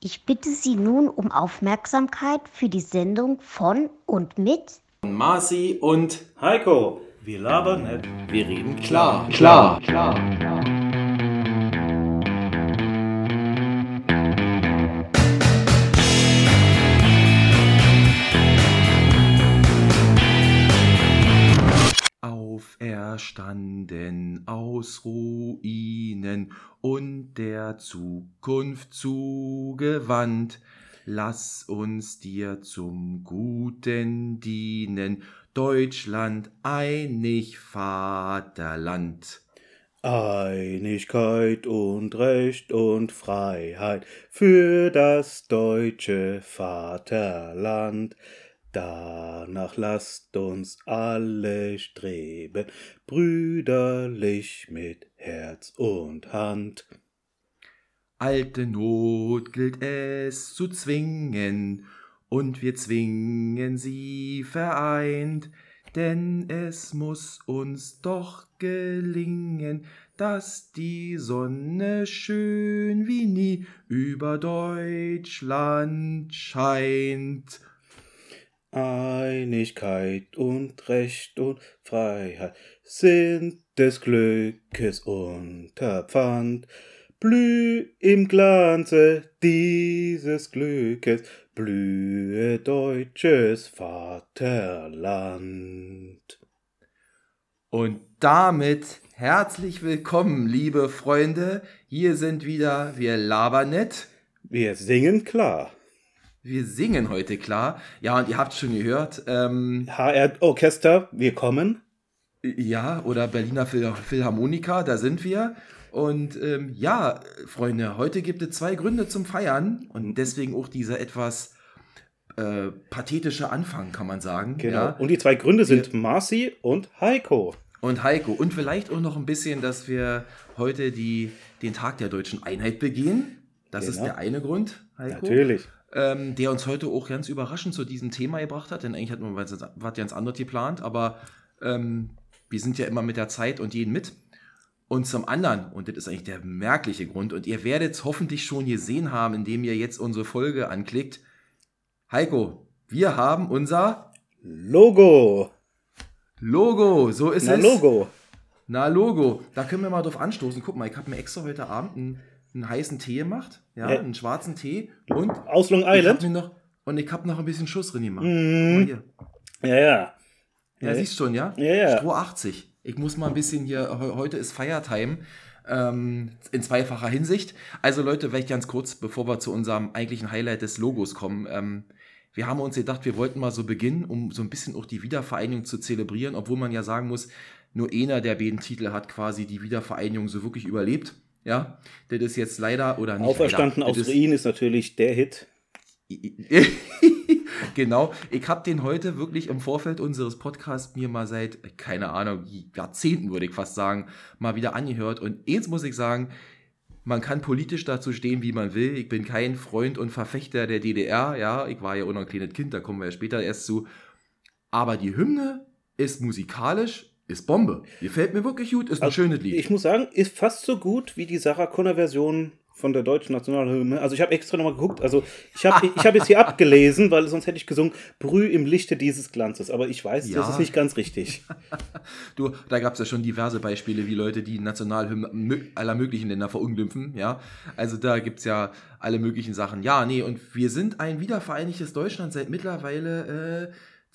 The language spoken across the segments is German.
Ich bitte Sie nun um Aufmerksamkeit für die Sendung von und mit Marci und Heiko, wir labern nicht. wir reden klar. Auferstanden aus Ruinen und der Zukunft zugewandt, lass uns dir zum Guten dienen, Deutschland, einig Vaterland. Einigkeit und Recht und Freiheit für das deutsche Vaterland. Danach lasst uns alle streben, brüderlich mit Herz und Hand. Alte Not gilt es zu zwingen, und wir zwingen sie vereint, denn es muss uns doch gelingen, dass die Sonne schön wie nie über Deutschland scheint. Einigkeit und Recht und Freiheit sind des Glückes Unterpfand. Blüh im Glanze dieses Glückes, blühe deutsches Vaterland. Und damit herzlich willkommen, liebe Freunde. Hier sind wieder wir Labernet. Wir singen klar. Wir singen heute klar. Ja, und ihr habt schon gehört, HR Orchester, wir kommen. ja, oder Berliner Philharmoniker, da sind wir. Und ja, Freunde, heute gibt es 2 Gründe zum Feiern und deswegen auch dieser etwas pathetische Anfang, kann man sagen. Genau. Ja. Und die 2 Gründe sind Marci und Heiko. Und Heiko. Und vielleicht auch noch ein bisschen, dass wir heute den Tag der deutschen Einheit begehen. Das ist Genau. der eine Grund, Heiko. Natürlich. Der uns heute auch ganz überraschend zu diesem Thema gebracht hat, denn eigentlich hatten wir was ganz anderes geplant, aber wir sind ja immer mit der Zeit und jeden mit. Und zum anderen, und das ist eigentlich der merkliche Grund, und ihr werdet es hoffentlich schon gesehen haben, indem ihr jetzt unsere Folge anklickt. Heiko, wir haben unser Logo. So ist Na, es. Logo. Na, Logo. Da können wir mal drauf anstoßen. Guck mal, ich habe mir extra heute Abend einen heißen Tee gemacht, ja, einen schwarzen Tee und Aus Long Island. ich habe noch ein bisschen Schuss drin gemacht. Mhm. Guck mal hier. Ja. Ja, siehst schon, ja? Ja. Stroh 80. Ich muss mal ein bisschen hier, heute ist Feiertime, in zweifacher Hinsicht. Also Leute, vielleicht ganz kurz, bevor wir zu unserem eigentlichen Highlight des Logos kommen. Wir haben uns gedacht, wir wollten mal so beginnen, um so ein bisschen auch die Wiedervereinigung zu zelebrieren, obwohl man ja sagen muss, nur einer der beiden Titel hat quasi die Wiedervereinigung so wirklich überlebt. Ja, das ist jetzt leider oder nicht. Auferstanden aus Ruinen ist natürlich der Hit. Genau, ich habe den heute wirklich im Vorfeld unseres Podcasts mir mal seit, keine Ahnung, Jahrzehnten würde ich fast sagen, mal wieder angehört. Und jetzt muss ich sagen, man kann politisch dazu stehen, wie man will. Ich bin kein Freund und Verfechter der DDR, ja, ich war ja auch noch ein kleines Kind, da kommen wir ja später erst zu. Aber die Hymne ist musikalisch, ist Bombe. Die gefällt mir wirklich gut, ist ein schönes Lied. Ich muss sagen, ist fast so gut wie die Sarah Connor-Version von der deutschen Nationalhymne. Also ich habe extra nochmal geguckt, also ich hab jetzt hier abgelesen, weil sonst hätte ich gesungen, Brüh im Lichte dieses Glanzes. Aber ich weiß, Ja. das ist nicht ganz richtig. Du, da gab es ja schon diverse Beispiele, wie Leute die Nationalhymnen aller möglichen Länder verunglimpfen, ja. Also da gibt es ja alle möglichen Sachen. Ja, nee, und wir sind ein wiedervereinigtes Deutschland seit mittlerweile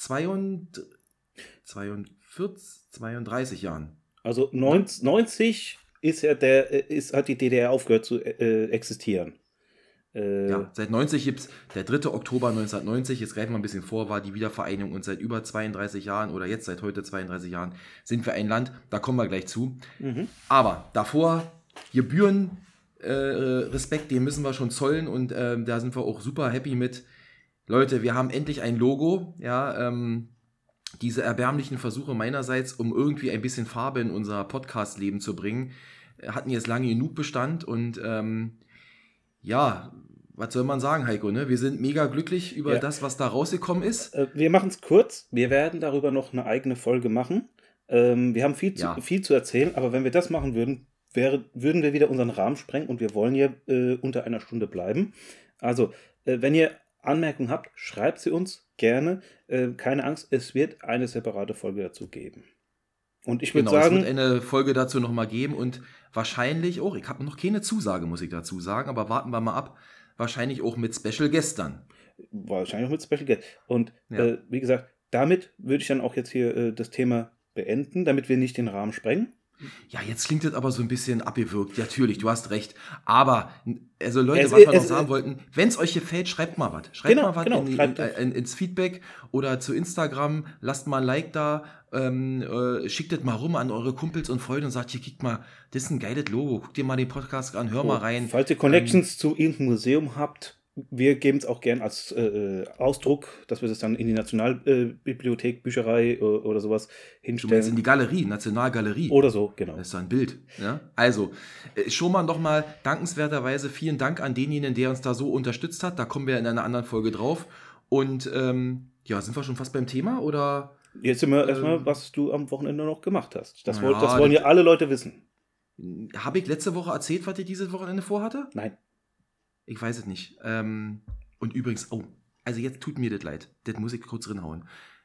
32 Jahren. Also 90 hat die DDR aufgehört zu existieren. Ja, seit 90 gibt es, der 3. Oktober 1990, jetzt greifen wir ein bisschen vor, war die Wiedervereinigung und seit über 32 Jahren oder jetzt seit heute 32 Jahren sind wir ein Land, da kommen wir gleich zu. Aber davor, Gebühren, Respekt, den müssen wir schon zollen und da sind wir auch super happy mit. Leute, wir haben endlich ein Logo, ja, diese erbärmlichen Versuche meinerseits, um irgendwie ein bisschen Farbe in unser Podcast-Leben zu bringen, hatten jetzt lange genug Bestand und ja, was soll man sagen, Heiko, ne? Wir sind mega glücklich über das, was da rausgekommen ist. Wir machen es kurz. Wir werden darüber noch eine eigene Folge machen. Wir haben viel zu erzählen, aber wenn wir das machen würden, würden wir wieder unseren Rahmen sprengen und wir wollen ja unter einer Stunde bleiben. Also, wenn ihr Anmerkungen habt, schreibt sie uns gerne. Keine Angst, es wird eine separate Folge dazu geben. Und ich würde sagen... es wird eine Folge dazu nochmal geben und wahrscheinlich auch, ich habe noch keine Zusage, muss ich dazu sagen, aber warten wir mal ab, wahrscheinlich auch mit Special Guest dann. Wahrscheinlich auch mit Special Guest. Und wie gesagt, damit würde ich dann auch jetzt hier das Thema beenden, damit wir nicht den Rahmen sprengen. Ja, jetzt klingt das aber so ein bisschen abgewürgt. Natürlich, du hast recht. Aber, also Leute, was wir noch sagen wollten, wenn es euch gefällt, schreibt mal was. Schreibt mal was ins Feedback oder zu Instagram. Lasst mal ein Like da. Schickt das mal rum an eure Kumpels und Freunde und sagt, hier, kickt mal, das ist ein geiles Logo. Guckt dir mal den Podcast an, hör mal rein. Falls ihr Connections zu irgendeinem Museum habt, wir geben es auch gern als Ausdruck, dass wir das dann in die Nationalbibliothek, Bücherei oder sowas hinstellen. Du meinst in die Galerie, Nationalgalerie. Oder so, genau. Das ist so ein Bild. Ja? Also, schon mal nochmal dankenswerterweise vielen Dank an denjenigen, der uns da so unterstützt hat. Da kommen wir in einer anderen Folge drauf. Und sind wir schon fast beim Thema? Oder? Jetzt sind wir erstmal, was du am Wochenende noch gemacht hast. Das wollen ja alle Leute wissen. Habe ich letzte Woche erzählt, was ich dieses Wochenende vorhatte? Nein. Ich weiß es nicht. Und übrigens, also jetzt tut mir das leid. Das muss ich kurz reinhauen.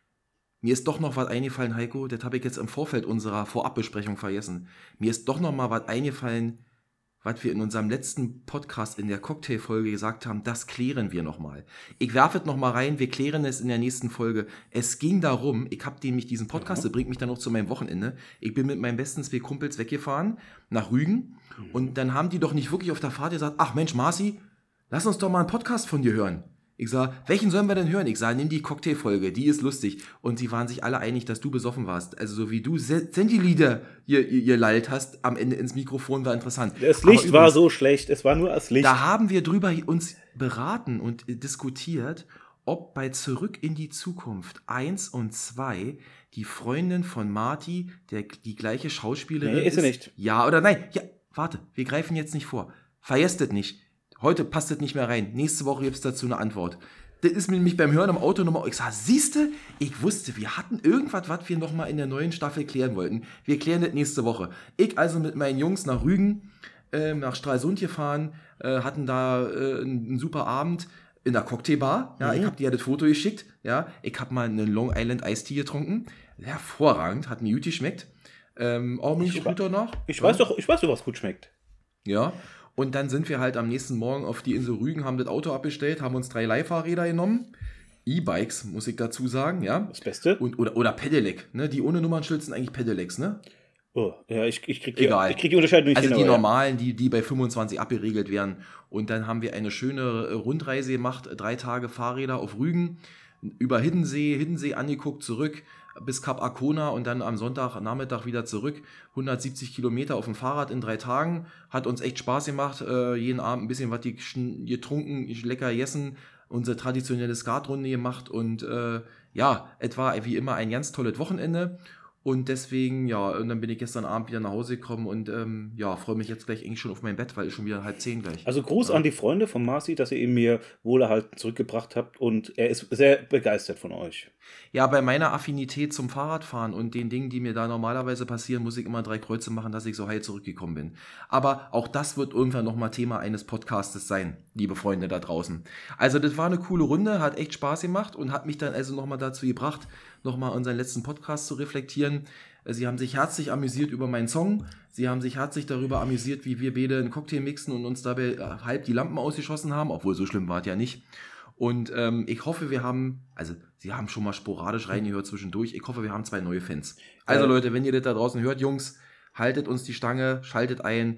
Mir ist doch noch was eingefallen, Heiko. Das habe ich jetzt im Vorfeld unserer Vorabbesprechung vergessen. Mir ist doch noch mal was eingefallen, was wir in unserem letzten Podcast in der Cocktailfolge gesagt haben. Das klären wir noch mal. Ich werfe es noch mal rein. Wir klären es in der nächsten Folge. Es ging darum, ich habe nämlich diesen Podcast, das bringt mich dann noch zu meinem Wochenende. Ich bin mit meinen besten 2 Kumpels weggefahren nach Rügen. Und dann haben die doch nicht wirklich auf der Fahrt gesagt, ach Mensch, Marci, lass uns doch mal einen Podcast von dir hören. Ich sag, welchen sollen wir denn hören? Ich sag, nimm die Cocktailfolge, die ist lustig. Und sie waren sich alle einig, dass du besoffen warst. Also so wie du Centilieder ihr lallt hast, am Ende ins Mikrofon war interessant. Das Licht übrigens, war so schlecht, es war nur das Licht. Da haben wir drüber uns beraten und diskutiert, ob bei Zurück in die Zukunft 1 und 2 die Freundin von Marty die gleiche Schauspielerin ist. Nee, ist sie nicht. Ja oder nein? Ja, warte, wir greifen jetzt nicht vor. Vergesst das nicht. Heute passt das nicht mehr rein. Nächste Woche gibt es dazu eine Antwort. Das ist mir nämlich beim Hören im Auto nochmal. Ich sag, siehste, ich wusste, wir hatten irgendwas, was wir nochmal in der neuen Staffel klären wollten. Wir klären das nächste Woche. Ich also mit meinen Jungs nach Rügen, nach Stralsund gefahren, hatten da einen super Abend in der Cocktailbar. Ja, ich habe dir ja das Foto geschickt. Ja, ich habe mal einen Long Island Iced Tea getrunken. Hervorragend, hat mir gut geschmeckt. Auch Milch gut danach. Ich weiß doch, was gut schmeckt. Ja. Und dann sind wir halt am nächsten Morgen auf die Insel Rügen, haben das Auto abbestellt, haben uns 3 Leihfahrräder genommen. E-Bikes, muss ich dazu sagen, ja. Das Beste. Oder Pedelec, ne? Die ohne Nummernschild sind eigentlich Pedelecs, ne? Oh, ja, ich krieg die Unterscheidung nicht hin. Also die normalen, die bei 25 abgeregelt werden. Und dann haben wir eine schöne Rundreise gemacht, 3 Tage Fahrräder auf Rügen, über Hiddensee angeguckt, zurück bis Kap Arkona und dann am Sonntagnachmittag wieder zurück. 170 Kilometer auf dem Fahrrad in 3 Tagen. Hat uns echt Spaß gemacht. Jeden Abend ein bisschen was getrunken, lecker gegessen. Unsere traditionelle Skatrunde gemacht. Und es war wie immer ein ganz tolles Wochenende. Und deswegen, und dann bin ich gestern Abend wieder nach Hause gekommen und freue mich jetzt gleich eigentlich schon auf mein Bett, weil es schon wieder 9:30 gleich. Also Gruß an die Freunde von Marci, dass ihr ihn mir wohlerhalten zurückgebracht habt und er ist sehr begeistert von euch. Ja, bei meiner Affinität zum Fahrradfahren und den Dingen, die mir da normalerweise passieren, muss ich immer 3 Kreuze machen, dass ich so heil zurückgekommen bin. Aber auch das wird irgendwann nochmal Thema eines Podcastes sein, liebe Freunde da draußen. Also das war eine coole Runde, hat echt Spaß gemacht und hat mich dann also nochmal dazu gebracht, nochmal unseren letzten Podcast zu reflektieren. Sie haben sich herzlich amüsiert über meinen Song. Sie haben sich herzlich darüber amüsiert, wie wir beide einen Cocktail mixen und uns dabei halb die Lampen ausgeschossen haben, obwohl so schlimm war es ja nicht. Und ich hoffe, Sie haben schon mal sporadisch reingehört zwischendurch. Ich hoffe, wir haben 2 neue Fans. Also Leute, wenn ihr das da draußen hört, Jungs, haltet uns die Stange, schaltet ein,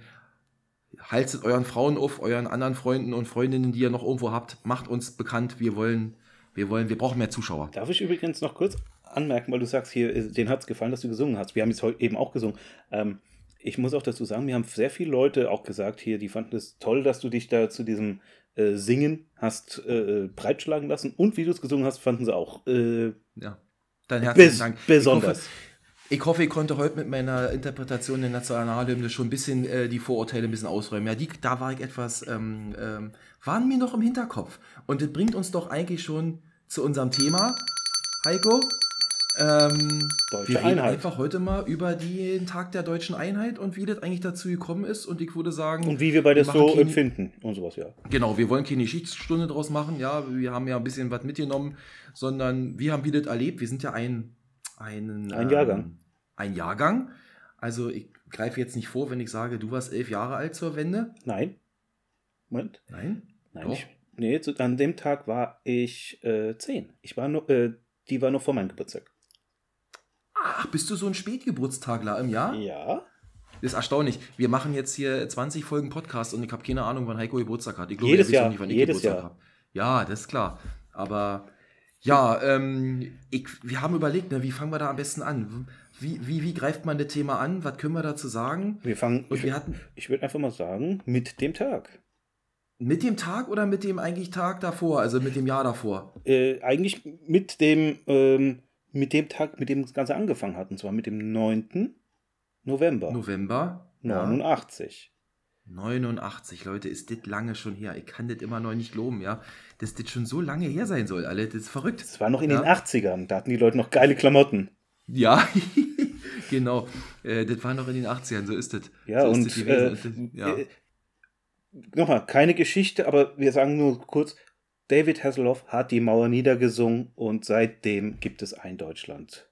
haltet euren Frauen auf, euren anderen Freunden und Freundinnen, die ihr noch irgendwo habt, macht uns bekannt. Wir brauchen mehr Zuschauer. Darf ich übrigens noch kurz anmerken, weil du sagst hier, denen hat es gefallen, dass du gesungen hast. Wir haben jetzt heute eben auch gesungen. Ich muss auch dazu sagen, mir haben sehr viele Leute auch gesagt hier, die fanden es toll, dass du dich da zu diesem Singen hast breitschlagen lassen und wie du es gesungen hast, fanden sie auch dann herzlichen Dank. Besonders. Ich hoffe, ich konnte heute mit meiner Interpretation der Nationalhymne schon ein bisschen die Vorurteile ein bisschen ausräumen. Ja, da war ich etwas, waren mir noch im Hinterkopf. Und das bringt uns doch eigentlich schon zu unserem Thema, Heiko. Wir reden einfach heute mal über den Tag der deutschen Einheit und wie das eigentlich dazu gekommen ist. Und ich würde sagen... Und wie wir beides so empfinden und sowas, ja. Genau, wir wollen keine Geschichtsstunde draus machen. Ja, wir haben ja ein bisschen was mitgenommen, sondern wie haben wir das erlebt? Wir sind ja ein Jahrgang. Ein Jahrgang. Also ich greife jetzt nicht vor, wenn ich sage, du warst 11 Jahre alt zur Wende. Nein. Moment. Nein? An dem Tag war ich 10. Die war noch vor meinem Geburtstag. Ach, bist du so ein Spätgeburtstagler im Jahr? Ja. Das ist erstaunlich. Wir machen jetzt hier 20 Folgen Podcast und ich habe keine Ahnung, wann Heiko Geburtstag hat. Ich glaube, jedes Jahr. Nicht, wann ich Geburtstag habe. Ja, das ist klar. Aber ja, wir haben überlegt, ne, wie fangen wir da am besten an? Wie greift man das Thema an? Was können wir dazu sagen? Ich würde einfach mal sagen, mit dem Tag. Mit dem Tag oder mit dem eigentlich Tag davor, also mit dem Jahr davor? Eigentlich mit dem Tag, mit dem das Ganze angefangen hat, und zwar mit dem 9. November. 89. Ja. 89, Leute, ist das lange schon her. Ich kann das immer noch nicht glauben, ja. Dass das schon so lange her sein soll, alle. Das ist verrückt. Das war noch in den 80ern, da hatten die Leute noch geile Klamotten. Ja, genau. Das war noch in den 80ern, so ist das. Ja, so ist nochmal, keine Geschichte, aber wir sagen nur kurz, David Hasselhoff hat die Mauer niedergesungen und seitdem gibt es ein Deutschland.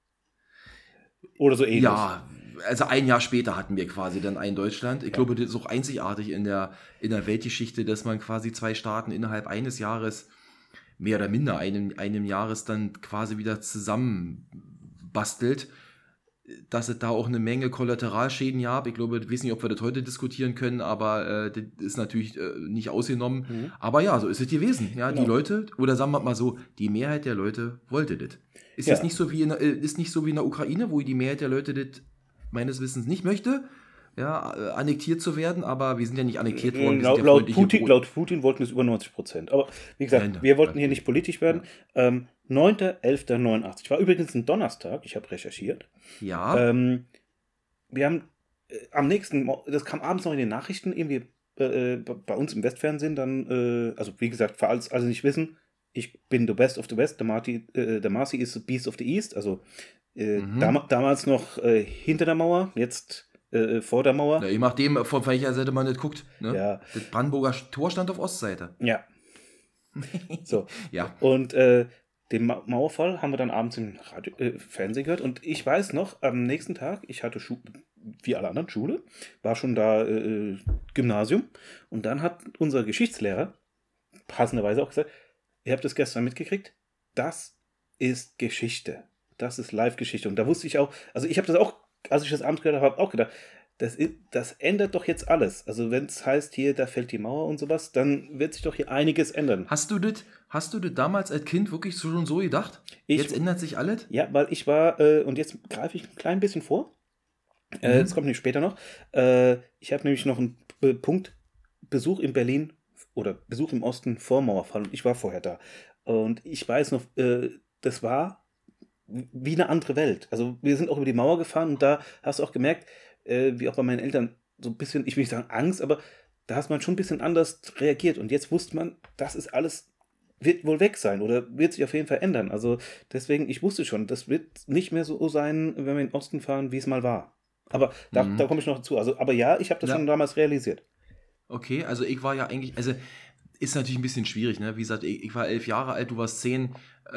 Oder so ähnlich. Ja, also ein Jahr später hatten wir quasi dann ein Deutschland. Ich glaube, das ist auch einzigartig in der Weltgeschichte, dass man quasi zwei Staaten innerhalb eines Jahres, mehr oder minder einem Jahres, dann quasi wieder zusammenbastelt. Dass es da auch eine Menge Kollateralschäden gab. Ich glaube, ich weiß nicht, ob wir das heute diskutieren können, aber das ist natürlich nicht ausgenommen. Mhm. Aber ja, so ist es gewesen. Ja, genau. Die Leute, oder sagen wir mal so, die Mehrheit der Leute wollte das. Ist das nicht so wie in der Ukraine, wo die Mehrheit der Leute das meines Wissens nicht möchte, ja, annektiert zu werden, aber wir sind ja nicht annektiert worden. Laut Putin wollten es über 90%. Aber wie gesagt, wir wollten hier nicht politisch werden. 9.11.89. War übrigens ein Donnerstag, ich habe recherchiert. Ja. Wir haben am nächsten, das kam abends noch in den Nachrichten, irgendwie bei uns im Westfernsehen dann, also wie gesagt, für alle nicht wissen, ich bin the best of the West, der Marcy is the beast of the East, also damals noch hinter der Mauer, jetzt vor der Mauer. Ja, je nachdem, von welcher Seite man das guckt. Ne? Ja. Das Brandenburger Tor stand auf Ostseite. Ja. So. Ja. Und den Mauerfall haben wir dann abends im Fernsehen gehört. Und ich weiß noch, am nächsten Tag, ich hatte wie alle anderen Schule, war schon da Gymnasium. Und dann hat unser Geschichtslehrer passenderweise auch gesagt, ihr habt das gestern mitgekriegt, das ist Geschichte. Das ist Live-Geschichte. Und da wusste ich auch, also ich habe das auch, als ich das abends gehört habe, auch gedacht, das ändert doch jetzt alles. Also wenn es heißt, hier, da fällt die Mauer und sowas, dann wird sich doch hier einiges ändern. Hast du das damals als Kind wirklich schon so gedacht? Jetzt ändert sich alles? Ja, weil ich war, und jetzt greife ich ein klein bisschen vor, das kommt nämlich später noch, ich habe nämlich noch einen Punkt, Besuch in Berlin oder Besuch im Osten vor Mauerfall und ich war vorher da. Und ich weiß noch, das war wie eine andere Welt. Also wir sind auch über die Mauer gefahren und da hast du auch gemerkt, wie auch bei meinen Eltern, so ein bisschen, ich will nicht sagen Angst, aber da hat man schon ein bisschen anders reagiert und jetzt wusste man, das ist alles, wird wohl weg sein oder wird sich auf jeden Fall ändern. Also deswegen, ich wusste schon, das wird nicht mehr so sein, wenn wir in den Osten fahren, wie es mal war. Aber da komme ich noch dazu. Also, aber ja, ich habe das schon damals realisiert. Okay, also ich war ja eigentlich, also ist natürlich ein bisschen schwierig, ne? Wie gesagt, ich war 11 Jahre alt, du warst 10.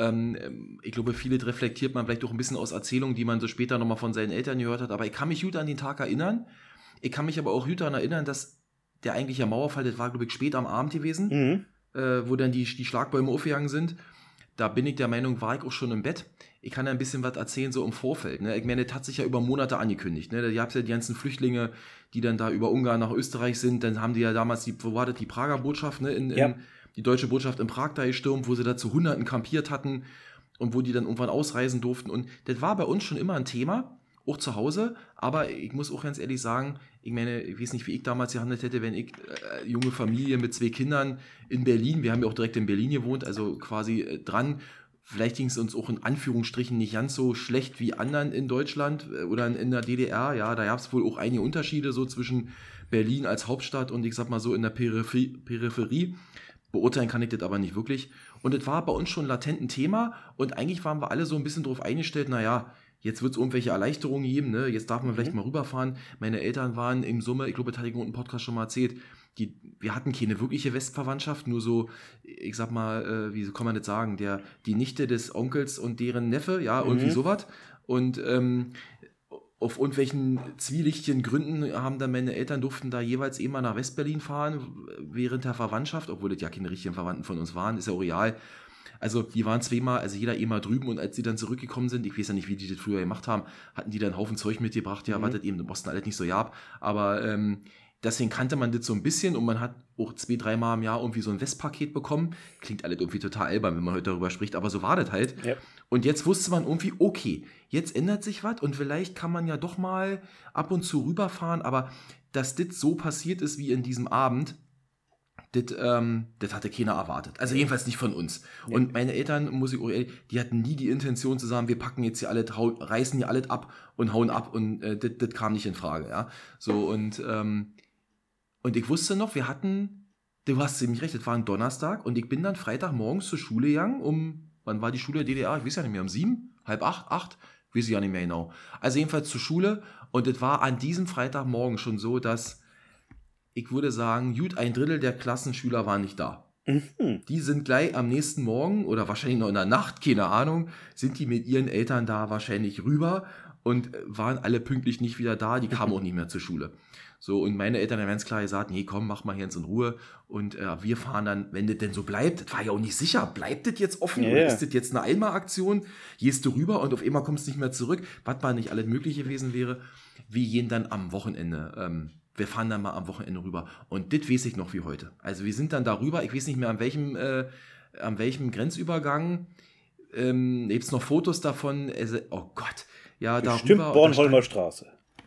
Ich glaube, vieles reflektiert man vielleicht auch ein bisschen aus Erzählungen, die man so später nochmal von seinen Eltern gehört hat. Aber ich kann mich gut an den Tag erinnern. Ich kann mich aber auch gut daran erinnern, dass der eigentliche Mauerfall, das war, glaube ich, spät am Abend gewesen, wo dann die Schlagbäume aufgegangen sind. Da bin ich der Meinung, war ich auch schon im Bett. Ich kann ja ein bisschen was erzählen, so im Vorfeld. Ne? Ich meine, das hat sich ja über Monate angekündigt. Ne? Da gab es ja die ganzen Flüchtlinge, die dann da über Ungarn nach Österreich sind. Dann haben die ja damals die Prager Botschaft, ne? Die deutsche Botschaft in Prag da gestürmt, wo sie da zu Hunderten kampiert hatten und wo die dann irgendwann ausreisen durften. Und das war bei uns schon immer ein Thema, auch zu Hause. Aber ich muss auch ganz ehrlich sagen, ich meine, ich weiß nicht, wie ich damals gehandelt hätte, wenn ich junge Familie mit 2 Kindern in Berlin, wir haben ja auch direkt in Berlin gewohnt, also quasi dran. Vielleicht ging es uns auch in Anführungsstrichen nicht ganz so schlecht wie anderen in Deutschland oder in der DDR. Ja, da gab es wohl auch einige Unterschiede so zwischen Berlin als Hauptstadt und ich sag mal so in der Peripherie. Beurteilen kann ich das aber nicht wirklich. Und das war bei uns schon latent ein Thema und eigentlich waren wir alle so ein bisschen darauf eingestellt, naja, jetzt wird es irgendwelche Erleichterungen geben, ne? Jetzt darf man vielleicht mal rüberfahren. Meine Eltern waren im Sommer, ich glaube, das hatte ich im Podcast schon mal erzählt, wir hatten keine wirkliche Westverwandtschaft, nur so, ich sag mal, wie kann man das sagen, die Nichte des Onkels und deren Neffe, ja, irgendwie sowas. Und auf irgendwelchen zwielichtigen Gründen haben dann meine Eltern durften da jeweils mal nach Westberlin fahren, während der Verwandtschaft, obwohl das ja keine richtigen Verwandten von uns waren, ist ja auch real. Also die waren zweimal, also jeder mal drüben und als sie dann zurückgekommen sind, ich weiß ja nicht, wie die das früher gemacht haben, hatten die dann einen Haufen Zeug mitgebracht, ja, was das eben im Osten alles nicht so gab, aber deswegen kannte man das so ein bisschen und man hat auch 2-3 Mal im Jahr irgendwie so ein Westpaket bekommen. Klingt alles irgendwie total albern, wenn man heute darüber spricht, aber so war das halt. Ja. Und jetzt wusste man irgendwie, okay, jetzt ändert sich was und vielleicht kann man ja doch mal ab und zu rüberfahren, aber dass das so passiert ist wie in diesem Abend, das hatte keiner erwartet. Also jedenfalls nicht von uns. Ja. Und meine Eltern, die hatten nie die Intention zu sagen, wir packen jetzt hier alles, reißen hier alles ab und hauen ab und das kam nicht in Frage. Ja? So und ich wusste noch, du hast ziemlich recht, das war ein Donnerstag und ich bin dann Freitagmorgens zur Schule gegangen, wann war die Schule der DDR? Ich weiß ja nicht mehr, um 7, halb 8, 8, weiß ich ja nicht mehr genau. Also jedenfalls zur Schule und es war an diesem Freitagmorgen schon so, dass ich würde sagen, gut 1/3 der Klassenschüler waren nicht da. Die sind gleich am nächsten Morgen oder wahrscheinlich noch in der Nacht, keine Ahnung, sind die mit ihren Eltern da wahrscheinlich rüber und waren alle pünktlich nicht wieder da, die kamen auch nicht mehr zur Schule. So, und meine Eltern haben ganz klar gesagt, nee, komm, mach mal hier jetzt in Ruhe und wir fahren dann, wenn das denn so bleibt, das war ja auch nicht sicher, bleibt das jetzt offen oder ist das jetzt eine Einmalaktion, gehst du rüber und auf einmal kommst du nicht mehr zurück, was mal nicht alles Mögliche gewesen wäre, wir gehen dann am Wochenende, wir fahren dann mal am Wochenende rüber und das weiß ich noch wie heute. Also wir sind dann da rüber, ich weiß nicht mehr an welchem Grenzübergang, gibt es noch Fotos davon, oh Gott, ja, darüber. Bestimmt Bornholmer Straße.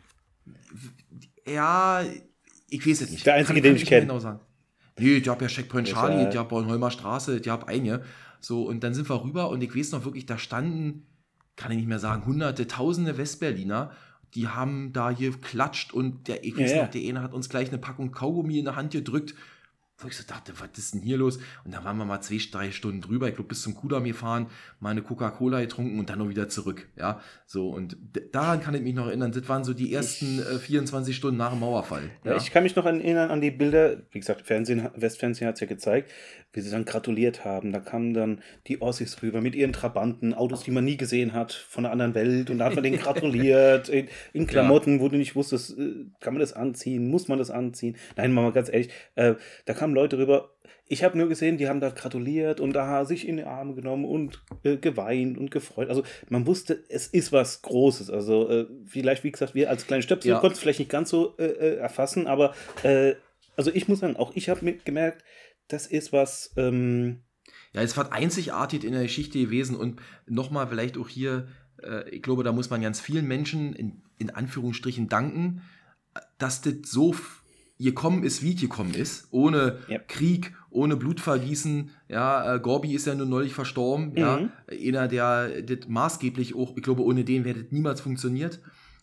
Ja, ich weiß es nicht. Der einzige, den ich kenne. Genau sagen. Nee, ich habe ja Checkpoint Charlie, ich habe Bornholmer Straße, ich habe eine. So, und dann sind wir rüber und ich weiß noch wirklich, da standen, kann ich nicht mehr sagen, Hunderte, Tausende Westberliner, die haben da hier geklatscht und der eine hat uns gleich eine Packung Kaugummi in der Hand gedrückt. Wo ich so dachte, was ist denn hier los? Und da waren wir mal 2-3 Stunden drüber, ich glaube bis zum Kudamm gefahren, mal eine Coca-Cola getrunken und dann noch wieder zurück. Ja, so und daran kann ich mich noch erinnern, das waren so die ersten 24 Stunden nach dem Mauerfall. Ja. Ich kann mich noch erinnern an die Bilder, wie gesagt, Westfernsehen hat es ja gezeigt, wie sie dann gratuliert haben. Da kamen dann die Ossis rüber mit ihren Trabanten, Autos, die man nie gesehen hat, von einer anderen Welt und da hat man denen gratuliert, in Klamotten, wo du nicht wusstest, kann man das anziehen, muss man das anziehen? Nein, mal ganz ehrlich, da kamen Leute rüber, ich habe nur gesehen, die haben da gratuliert und da sich in die Arme genommen und geweint und gefreut. Also man wusste, es ist was Großes. Also vielleicht, wie gesagt, wir als kleine Stöpsel konnten es vielleicht nicht ganz so erfassen, aber also ich muss sagen, auch ich habe gemerkt, das ist was... Ja, es war einzigartig in der Geschichte gewesen und nochmal vielleicht auch hier, ich glaube, da muss man ganz vielen Menschen in Anführungsstrichen danken, dass das so gekommen ist, wie es gekommen ist, ohne Krieg, ohne Blutvergießen. Ja, Gorbi ist ja nur neulich verstorben. Ja, einer, der das maßgeblich auch, ich glaube, ohne den wäre das niemals funktioniert.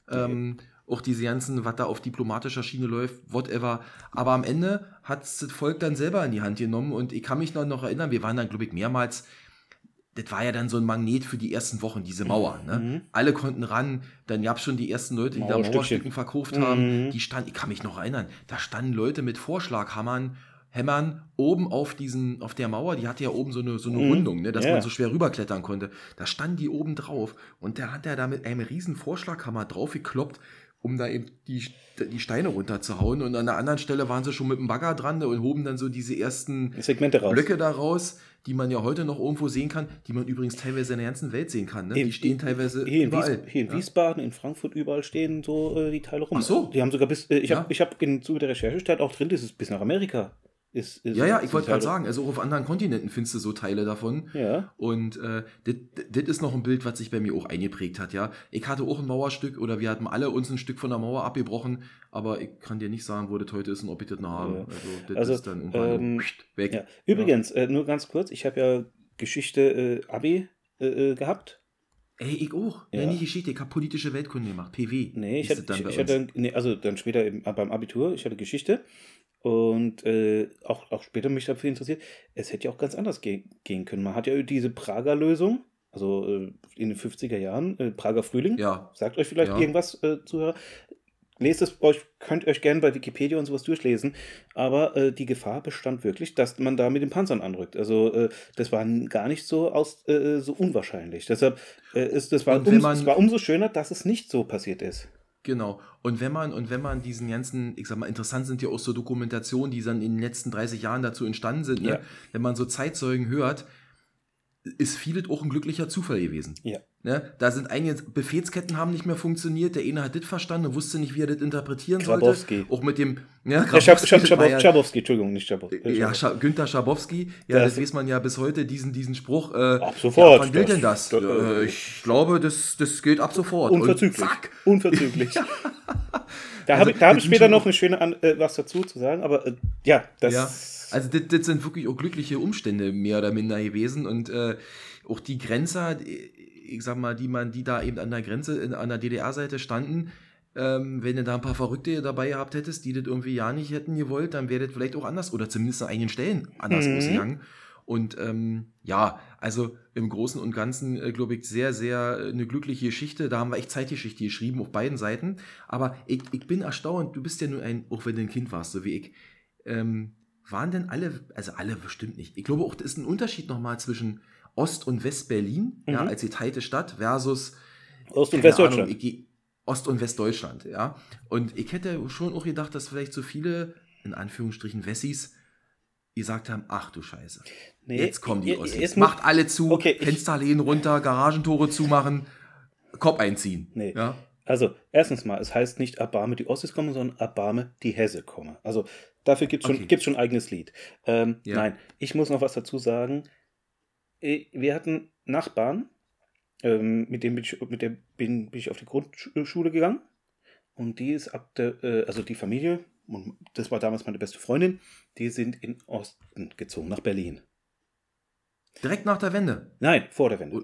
Auch diese ganzen, was da auf diplomatischer Schiene läuft, whatever. Aber am Ende hat das Volk dann selber in die Hand genommen und ich kann mich noch erinnern, wir waren dann, glaube ich, mehrmals. Das war ja dann so ein Magnet für die ersten Wochen, diese Mauer. Ne? Alle konnten ran, dann gab es schon die ersten Leute, die da Mauerstücken verkauft haben. Die standen, ich kann mich noch erinnern, da standen Leute mit Vorschlaghämmern oben auf der Mauer, die hatte ja oben so eine Rundung, ne, dass man so schwer rüberklettern konnte. Da standen die oben drauf und der hat da mit einem riesen Vorschlaghammer drauf gekloppt, um da eben die Steine runterzuhauen. Und an der anderen Stelle waren sie schon mit dem Bagger dran und hoben dann so diese ersten Segmente raus. Blöcke da raus, die man ja heute noch irgendwo sehen kann, die man übrigens teilweise in der ganzen Welt sehen kann. Ne? Die stehen teilweise überall. Hier in Wiesbaden, in Frankfurt, überall stehen so die Teile rum. Ach so. Die haben sogar ich hab im Zuge der Recherche steht auch drin, das ist bis nach Amerika. Ich wollte gerade sagen, also auch auf anderen Kontinenten findest du so Teile davon. Ja. Und das ist noch ein Bild, was sich bei mir auch eingeprägt hat, ja. Ich hatte auch ein Mauerstück oder wir hatten alle uns ein Stück von der Mauer abgebrochen, aber ich kann dir nicht sagen, wo das heute ist und ob ich das noch habe. Ja. Also das ist dann irgendwann weg. Ja. Übrigens, nur ganz kurz, ich habe ja Geschichte Abi gehabt. Ey, ich auch. Ja. Nicht Geschichte, ich habe politische Weltkunde gemacht, PW. Nee, ich hatte dann später beim Abitur, ich hatte Geschichte. Und auch später mich dafür interessiert, es hätte ja auch ganz anders gehen können. Man hat ja diese Prager Lösung, also in den 50er Jahren, Prager Frühling. Ja. Sagt euch vielleicht irgendwas, Zuhörer. Lest es euch, könnt euch gerne bei Wikipedia und sowas durchlesen, aber die Gefahr bestand wirklich, dass man da mit den Panzern anrückt. Also das war gar nicht so so unwahrscheinlich. Deshalb es war umso schöner, dass es nicht so passiert ist. Genau. Und wenn man diesen ganzen, ich sag mal, interessant sind ja auch so Dokumentationen, die dann in den letzten 30 Jahren dazu entstanden sind, ne? Ja. Wenn man so Zeitzeugen hört, ist vieles auch ein glücklicher Zufall gewesen. Ja. Ne? Da sind einige Befehlsketten haben nicht mehr funktioniert, der eine hat das verstanden und wusste nicht, wie er das interpretieren Grabowski. sollte. Auch mit dem Schabowski, Entschuldigung, nicht Schabowski. Ja, Günther Schabowski, ja, das weiß man ja bis heute, diesen Spruch. Ab sofort. Ja, wann gilt denn das? Ich glaube, das gilt ab sofort. Unverzüglich. Und zack. Unverzüglich. Da habe ich später noch eine schöne was dazu zu sagen, aber ja, das... Ja. Also das sind wirklich auch glückliche Umstände, mehr oder minder gewesen. Und auch die Grenzer, ich sag mal, die da eben an der Grenze, an der DDR-Seite standen, wenn du da ein paar Verrückte dabei gehabt hättest, die das irgendwie ja nicht hätten gewollt, dann wäre das vielleicht auch anders oder zumindest an einigen Stellen anders ausgegangen. Und ja, also im Großen und Ganzen, glaube ich, sehr, sehr eine glückliche Geschichte. Da haben wir echt Zeitgeschichte geschrieben auf beiden Seiten. Aber ich bin erstaunt, du bist ja nur auch wenn du ein Kind warst, so wie ich, waren denn alle, also alle bestimmt nicht. Ich glaube auch, das ist ein Unterschied nochmal zwischen Ost- und West-Berlin, ja, als geteilte Stadt versus Ost- und Westdeutschland. Ost- und Westdeutschland, ja. Und ich hätte schon auch gedacht, dass vielleicht so viele, in Anführungsstrichen, Wessis, gesagt haben, ach du Scheiße, jetzt kommen die Ossis. Macht alle zu, Fensterläden runter, Garagentore zumachen, Kopf einziehen. Nee. Ja? Also, erstens mal, es heißt nicht Erbarme die Ossis kommen, sondern Erbarme die Hesse kommen. Also, dafür gibt's schon ein eigenes Lied. Nein, ich muss noch was dazu sagen. Wir hatten Nachbarn, mit dem bin ich auf die Grundschule gegangen. Und die ist also die Familie, und das war damals meine beste Freundin, die sind in Osten gezogen, nach Berlin. Direkt nach der Wende? Nein, vor der Wende.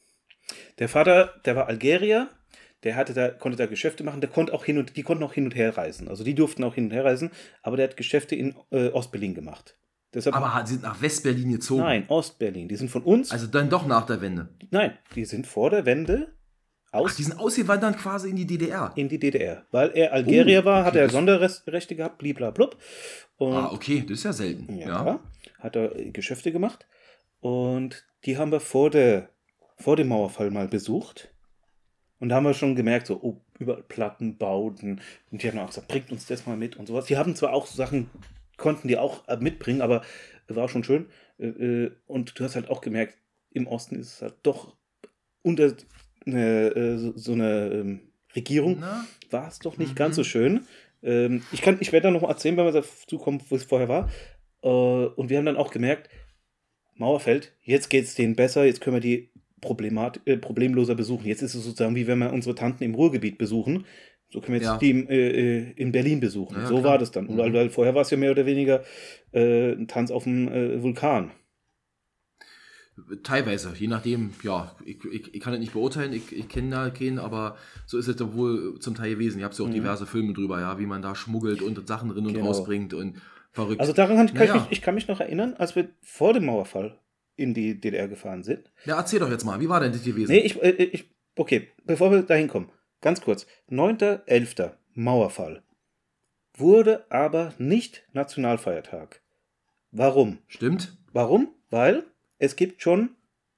Der Vater, der war Algerier, konnte da Geschäfte machen, die konnten auch hin und her reisen. Also die durften auch hin und her reisen, aber der hat Geschäfte in Ostberlin gemacht. Deshalb, aber sie sind nach Westberlin gezogen? Nein, Ostberlin. Die sind von uns. Also dann doch nach der Wende? Nein, die sind vor der Wende die sind ausgewandert quasi in die DDR? In die DDR. Weil er Algerier war, hat er Sonderrechte gehabt, bliblablub. Okay, das ist ja selten. Ja. Hat er Geschäfte gemacht. Und die haben wir vor dem Mauerfall mal besucht. Und da haben wir schon gemerkt, so, überall Plattenbauten. Und die haben auch gesagt, bringt uns das mal mit und sowas. Die haben zwar auch Sachen, konnten die auch mitbringen, aber war schon schön. Und du hast halt auch gemerkt, im Osten ist es halt doch unter so eine Regierung war es doch nicht ganz so schön. Ich werde da noch mal erzählen, wenn wir dazu kommen, wo es vorher war. Und wir haben dann auch gemerkt, Mauer fällt, jetzt geht es denen besser, jetzt können wir die problemloser besuchen. Jetzt ist es sozusagen wie wenn wir unsere Tanten im Ruhrgebiet besuchen. So können wir jetzt die in Berlin besuchen. Ja, so klar. War das dann. Weil vorher war es ja mehr oder weniger ein Tanz auf dem Vulkan. Teilweise, je nachdem, ja, ich kann das nicht beurteilen, ich kenne da keinen, aber so ist es doch wohl zum Teil gewesen. Ich habe ja auch diverse Filme drüber, ja, wie man da schmuggelt und Sachen drin und rausbringt und verrückt. Also daran kann mich noch erinnern, als wir vor dem Mauerfall in die DDR gefahren sind. Ja, erzähl doch jetzt mal, wie war denn das gewesen? Nee, okay, bevor wir dahin kommen, ganz kurz. 9.11. Mauerfall. Wurde aber nicht Nationalfeiertag. Warum? Stimmt. Warum? Weil es gibt schon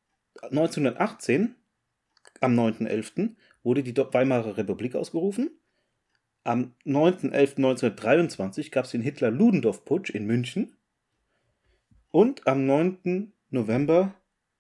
1918, am 9.11., wurde die Weimarer Republik ausgerufen. Am 9.11.1923 gab es den Hitler-Ludendorff-Putsch in München. Und am 9. November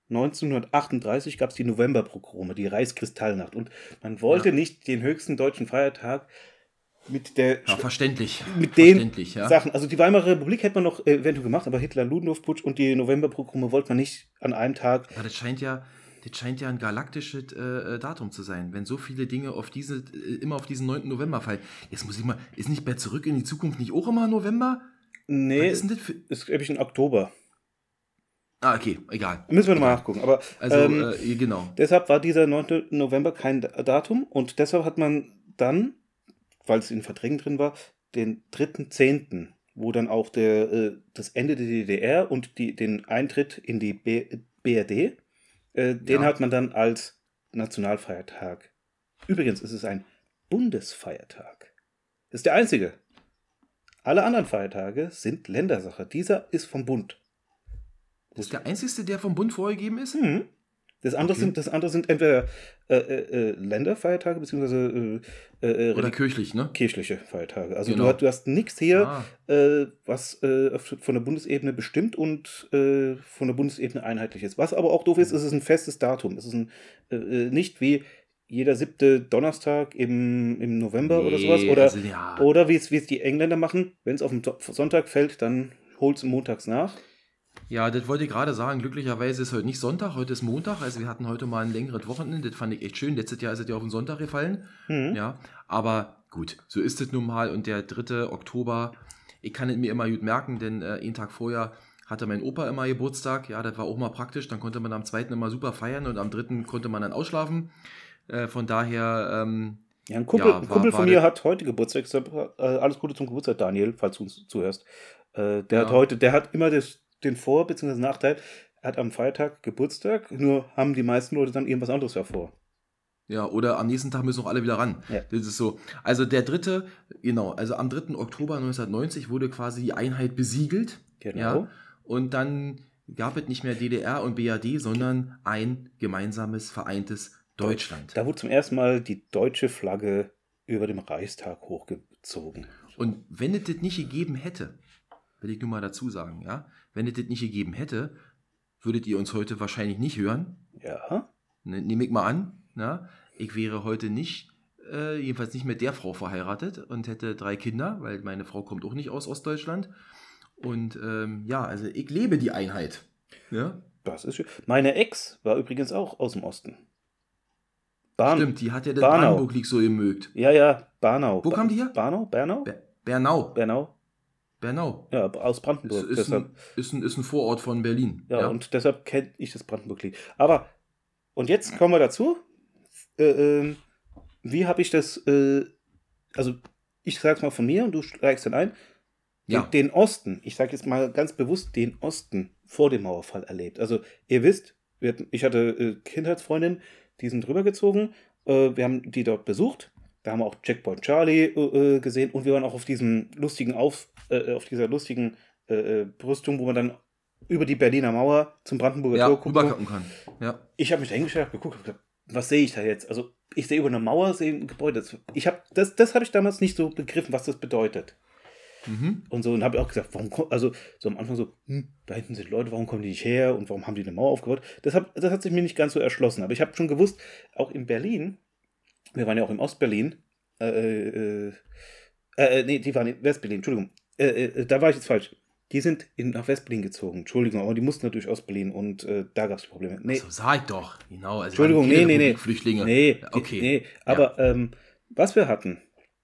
1938 gab es die Novemberpogrome, die Reichskristallnacht. Und man wollte nicht den höchsten deutschen Feiertag mit der... Ja, verständlich. Mit den Sachen. Also die Weimarer Republik hätte man noch eventuell gemacht, aber Hitler-Ludendorff-Putsch und die Novemberpogrome wollte man nicht an einem Tag... Aber das scheint ja ein galaktisches Datum zu sein, wenn so viele Dinge immer auf diesen 9. November fallen. Jetzt muss ich mal, ist nicht bei Zurück in die Zukunft nicht auch immer November? Nee, ist glaube ich in Oktober. Okay, egal. Müssen wir nochmal nachgucken. Aber, genau. Deshalb war dieser 9. November kein Datum und deshalb hat man dann, weil es in Verträgen drin war, den 3.10. wo dann auch das Ende der DDR und den Eintritt in die BRD, den hat man dann als Nationalfeiertag. Übrigens ist es ein Bundesfeiertag. Das ist der einzige. Alle anderen Feiertage sind Ländersache. Dieser ist vom Bund. Das ist der einzige, der vom Bund vorgegeben ist? Mhm. Das andere sind entweder Länderfeiertage, beziehungsweise oder kirchlich, ne? Kirchliche Feiertage. Also genau. du hast nichts hier, was von der Bundesebene bestimmt und von der Bundesebene einheitlich ist. Was aber auch doof ist, ist es ein festes Datum. Es ist nicht wie jeder 7. Donnerstag im November oder sowas. Oder wie es die Engländer machen, wenn es auf den Sonntag fällt, dann holt es montags nach. Ja, das wollte ich gerade sagen. Glücklicherweise ist heute nicht Sonntag, heute ist Montag. Also wir hatten heute mal ein längeres Wochenende. Das fand ich echt schön. Letztes Jahr ist es ja auf den Sonntag gefallen. Mhm. Ja, aber gut, so ist es nun mal. Und der 3. Oktober, ich kann es mir immer gut merken, denn einen Tag vorher hatte mein Opa immer Geburtstag. Ja, das war auch mal praktisch. Dann konnte man am 2. immer super feiern und am 3. konnte man dann ausschlafen. Von daher... ja, ein Kumpel von mir hat heute Geburtstag. Alles Gute zum Geburtstag, Daniel, falls du uns zuhörst. Der hat immer den Vor- bzw. Nachteil, er hat am Feiertag Geburtstag, nur haben die meisten Leute dann irgendwas anderes davor. Ja, oder am nächsten Tag müssen auch alle wieder ran. Ja. Das ist so. Also der 3., also am 3. Oktober 1990 wurde quasi die Einheit besiegelt. Genau. Ja, und dann gab es nicht mehr DDR und BRD, sondern ein gemeinsames, vereintes Deutschland. Da wurde zum ersten Mal die deutsche Flagge über dem Reichstag hochgezogen. Und wenn es das nicht gegeben hätte, will ich nur mal dazu sagen, ja, wenn es das nicht gegeben hätte, würdet ihr uns heute wahrscheinlich nicht hören. Ja. Nehme ich mal an. Na? Ich wäre heute nicht, jedenfalls nicht mit der Frau verheiratet und hätte 3 Kinder, weil meine Frau kommt auch nicht aus Ostdeutschland. Und also ich lebe die Einheit. Ja? Das ist schön. Meine Ex war übrigens auch aus dem Osten. Stimmt, die hat ja das Brandenburg-Lied so gemögt. Ja, Barnau. Wo kam die her? Bernau? Bernau. Ja, aus Brandenburg. Ist ein Vorort von Berlin. Ja, und deshalb kenne ich das Brandenburg-Lied. Aber, und jetzt kommen wir dazu. Wie habe ich das, also ich sag's mal von mir und du steigst dann ein. Ja. Den Osten, ich sage jetzt mal ganz bewusst den Osten vor dem Mauerfall erlebt. Also ihr wisst, ich hatte Kindheitsfreundinnen, die sind rübergezogen. Wir haben die dort besucht. Da haben wir auch Checkpoint Charlie gesehen und wir waren auch auf diesem lustigen auf dieser lustigen Brüstung, wo man dann über die Berliner Mauer zum Brandenburger Tor gucken kann. Ja. Ich habe mich da hingestellt, geguckt und gesagt, was sehe ich da jetzt? Also ich sehe über eine Mauer, sehe ein Gebäude. Das habe ich damals nicht so begriffen, was das bedeutet. Mhm. Und so, und habe ich auch gesagt, so am Anfang so, da hinten sind Leute, warum kommen die nicht her und warum haben die eine Mauer aufgebaut? Das hat sich mir nicht ganz so erschlossen. Aber ich habe schon gewusst, auch in Berlin, wir waren ja auch in Ostberlin, die waren in Westberlin, Entschuldigung, da war ich jetzt falsch. Die sind nach Westberlin gezogen, Entschuldigung, aber die mussten natürlich Ostberlin und da gab es Probleme. Nee. So sag ich doch, genau. Also Entschuldigung, nee. Flüchtlinge. Nee, aber was wir hatten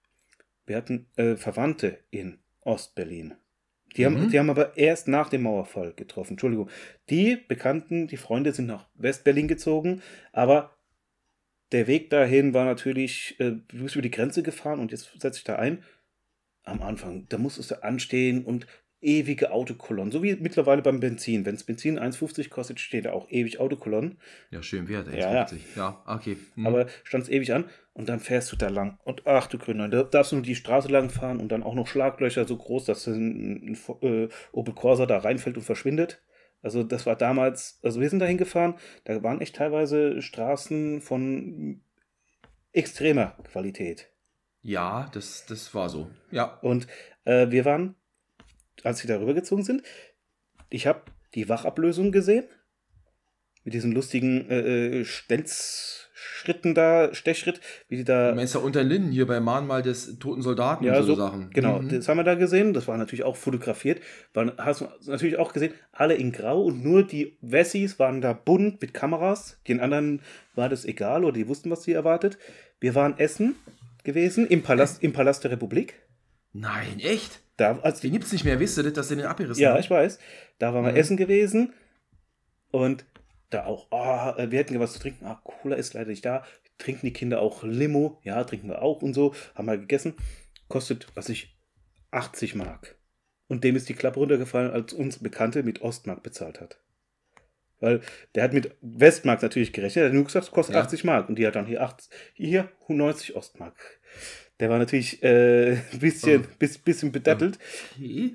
Verwandte in Ostberlin. Die haben aber erst nach dem Mauerfall getroffen. Entschuldigung. Die Bekannten, die Freunde sind nach Westberlin gezogen, aber der Weg dahin war natürlich, du bist über die Grenze gefahren und jetzt setze ich da ein. Am Anfang, da musstest du anstehen und ewige Autokolonnen, so wie mittlerweile beim Benzin. Wenn es Benzin 1,50 kostet, steht da auch ewig Autokolonnen. Ja, schön wert, 1,50. Ja, okay. Aber stand es ewig an und dann fährst du da lang und ach du Grüne, da darfst du nur die Straße lang fahren und dann auch noch Schlaglöcher so groß, dass ein Opel Corsa da reinfällt und verschwindet. Also das war damals, also wir sind da hingefahren, da waren echt teilweise Straßen von extremer Qualität. Ja, das war so. Ja. Und wir waren, als wir darüber gezogen sind, ich habe die Wachablösung gesehen. Mit diesen lustigen Stechschritt, wie die da... Du meinst ja unter den Linden hier bei Mahnmal des toten Soldaten ja, und so Sachen. Genau, das haben wir da gesehen. Das war natürlich auch fotografiert. Hast du natürlich auch gesehen, alle in Grau und nur die Wessis waren da bunt mit Kameras. Den anderen war das egal oder die wussten, was sie erwartet. Wir waren essen gewesen im Palast der Republik. Nein, echt? Den gibt es nicht mehr, wisst ihr, dass den abgerissen haben? Ja, ich weiß. Da waren wir essen gewesen und da auch, wir hätten ja was zu trinken. Cola ist leider nicht da. Trinken die Kinder auch Limo? Ja, trinken wir auch und so. Haben wir gegessen. Kostet, 80 Mark. und dem ist die Klappe runtergefallen, als uns Bekannte mit Ostmark bezahlt hat. Weil der hat mit Westmark natürlich gerechnet, der hat nur gesagt, es kostet 80 Mark. Und die hat dann hier 90 Ostmark. Der war natürlich ein bisschen bedattelt. Okay.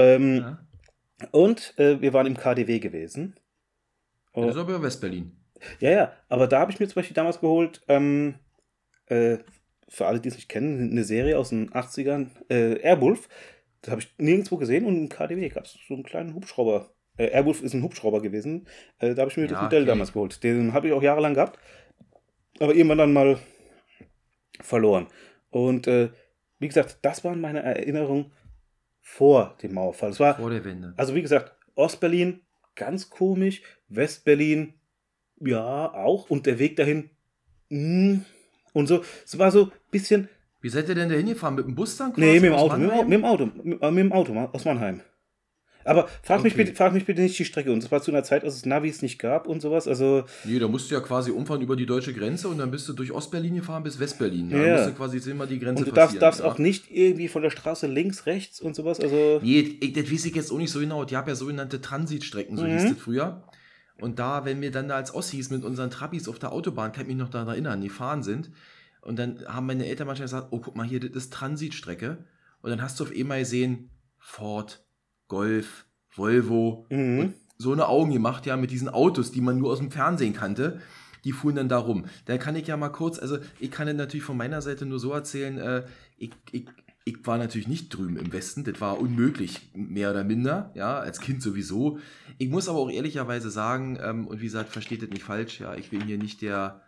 Und wir waren im KaDeWe gewesen. Das ist aber Westberlin. Ja, aber da habe ich mir zum Beispiel damals geholt, für alle, die es nicht kennen, eine Serie aus den 80ern, Airwolf. Das habe ich nirgendwo gesehen und im KaDeWe gab es so einen kleinen Hubschrauber. Airwolf ist ein Hubschrauber gewesen. Da habe ich mir das Modell damals geholt. Den habe ich auch jahrelang gehabt, aber irgendwann dann mal verloren. Und wie gesagt, das waren meine Erinnerungen vor dem Mauerfall. Es war, vor der Wende. Also wie gesagt, Ostberlin, ganz komisch. Westberlin, ja, auch. Und der Weg dahin, und so. Es war so ein bisschen... Wie seid ihr denn da hingefahren? Mit dem Bus dann? Nee, mit dem Auto. Mit dem Auto aus Mannheim. Aber frag mich bitte nicht die Strecke. Und das war zu einer Zeit, als es Navis nicht gab und sowas. Also nee, da musst du ja quasi umfahren über die deutsche Grenze und dann bist du durch Ostberlin gefahren bis Westberlin. Ja. Ja. Dann musst du quasi jetzt immer die Grenze und du darfst auch nicht irgendwie von der Straße links, rechts und sowas. Also nee, das weiß ich jetzt auch nicht so genau. Die haben ja sogenannte Transitstrecken, so hieß das früher. Und da, wenn wir dann da als Ossis mit unseren Trabis auf der Autobahn, kann ich mich noch daran erinnern, die fahren sind. Und dann haben meine Eltern manchmal gesagt, oh, guck mal hier, das ist Transitstrecke. Und dann hast du auf einmal gesehen, Ford, Golf, Volvo, und so eine Augen gemacht, ja, mit diesen Autos, die man nur aus dem Fernsehen kannte, die fuhren dann da rum. Da kann ich ja mal kurz, also ich kann das natürlich von meiner Seite nur so erzählen, ich war natürlich nicht drüben im Westen, das war unmöglich, mehr oder minder, ja, als Kind sowieso. Ich muss aber auch ehrlicherweise sagen, und wie gesagt, versteht das nicht falsch, ja, ich bin hier nicht der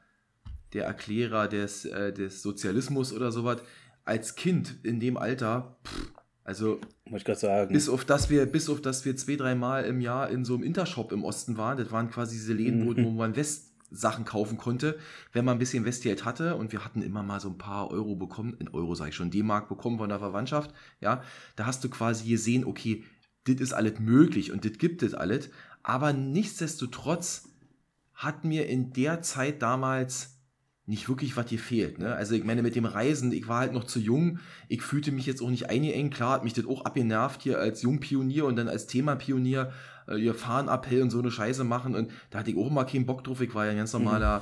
Erklärer des Sozialismus oder sowas. Als Kind in dem Alter, also muss ich gerade sagen. bis auf dass wir 2-3 Mal im Jahr in so einem Intershop im Osten waren, das waren quasi diese Läden, wo man Westsachen kaufen konnte, wenn man ein bisschen Westgeld hatte, und wir hatten immer mal so ein paar Euro bekommen, in Euro sage ich schon, D-Mark bekommen von der Verwandtschaft, ja, da hast du quasi gesehen, okay, das ist alles möglich und das gibt es alles, aber nichtsdestotrotz hat mir in der Zeit damals nicht wirklich was gefehlt. Ne? Also ich meine, mit dem Reisen, ich war halt noch zu jung, ich fühlte mich jetzt auch nicht eingeengt, klar hat mich das auch abgenervt hier als Jungpionier und dann als Themapionier hier Fahnenappell und so eine Scheiße machen, und da hatte ich auch immer keinen Bock drauf, ich war ja ein ganz normaler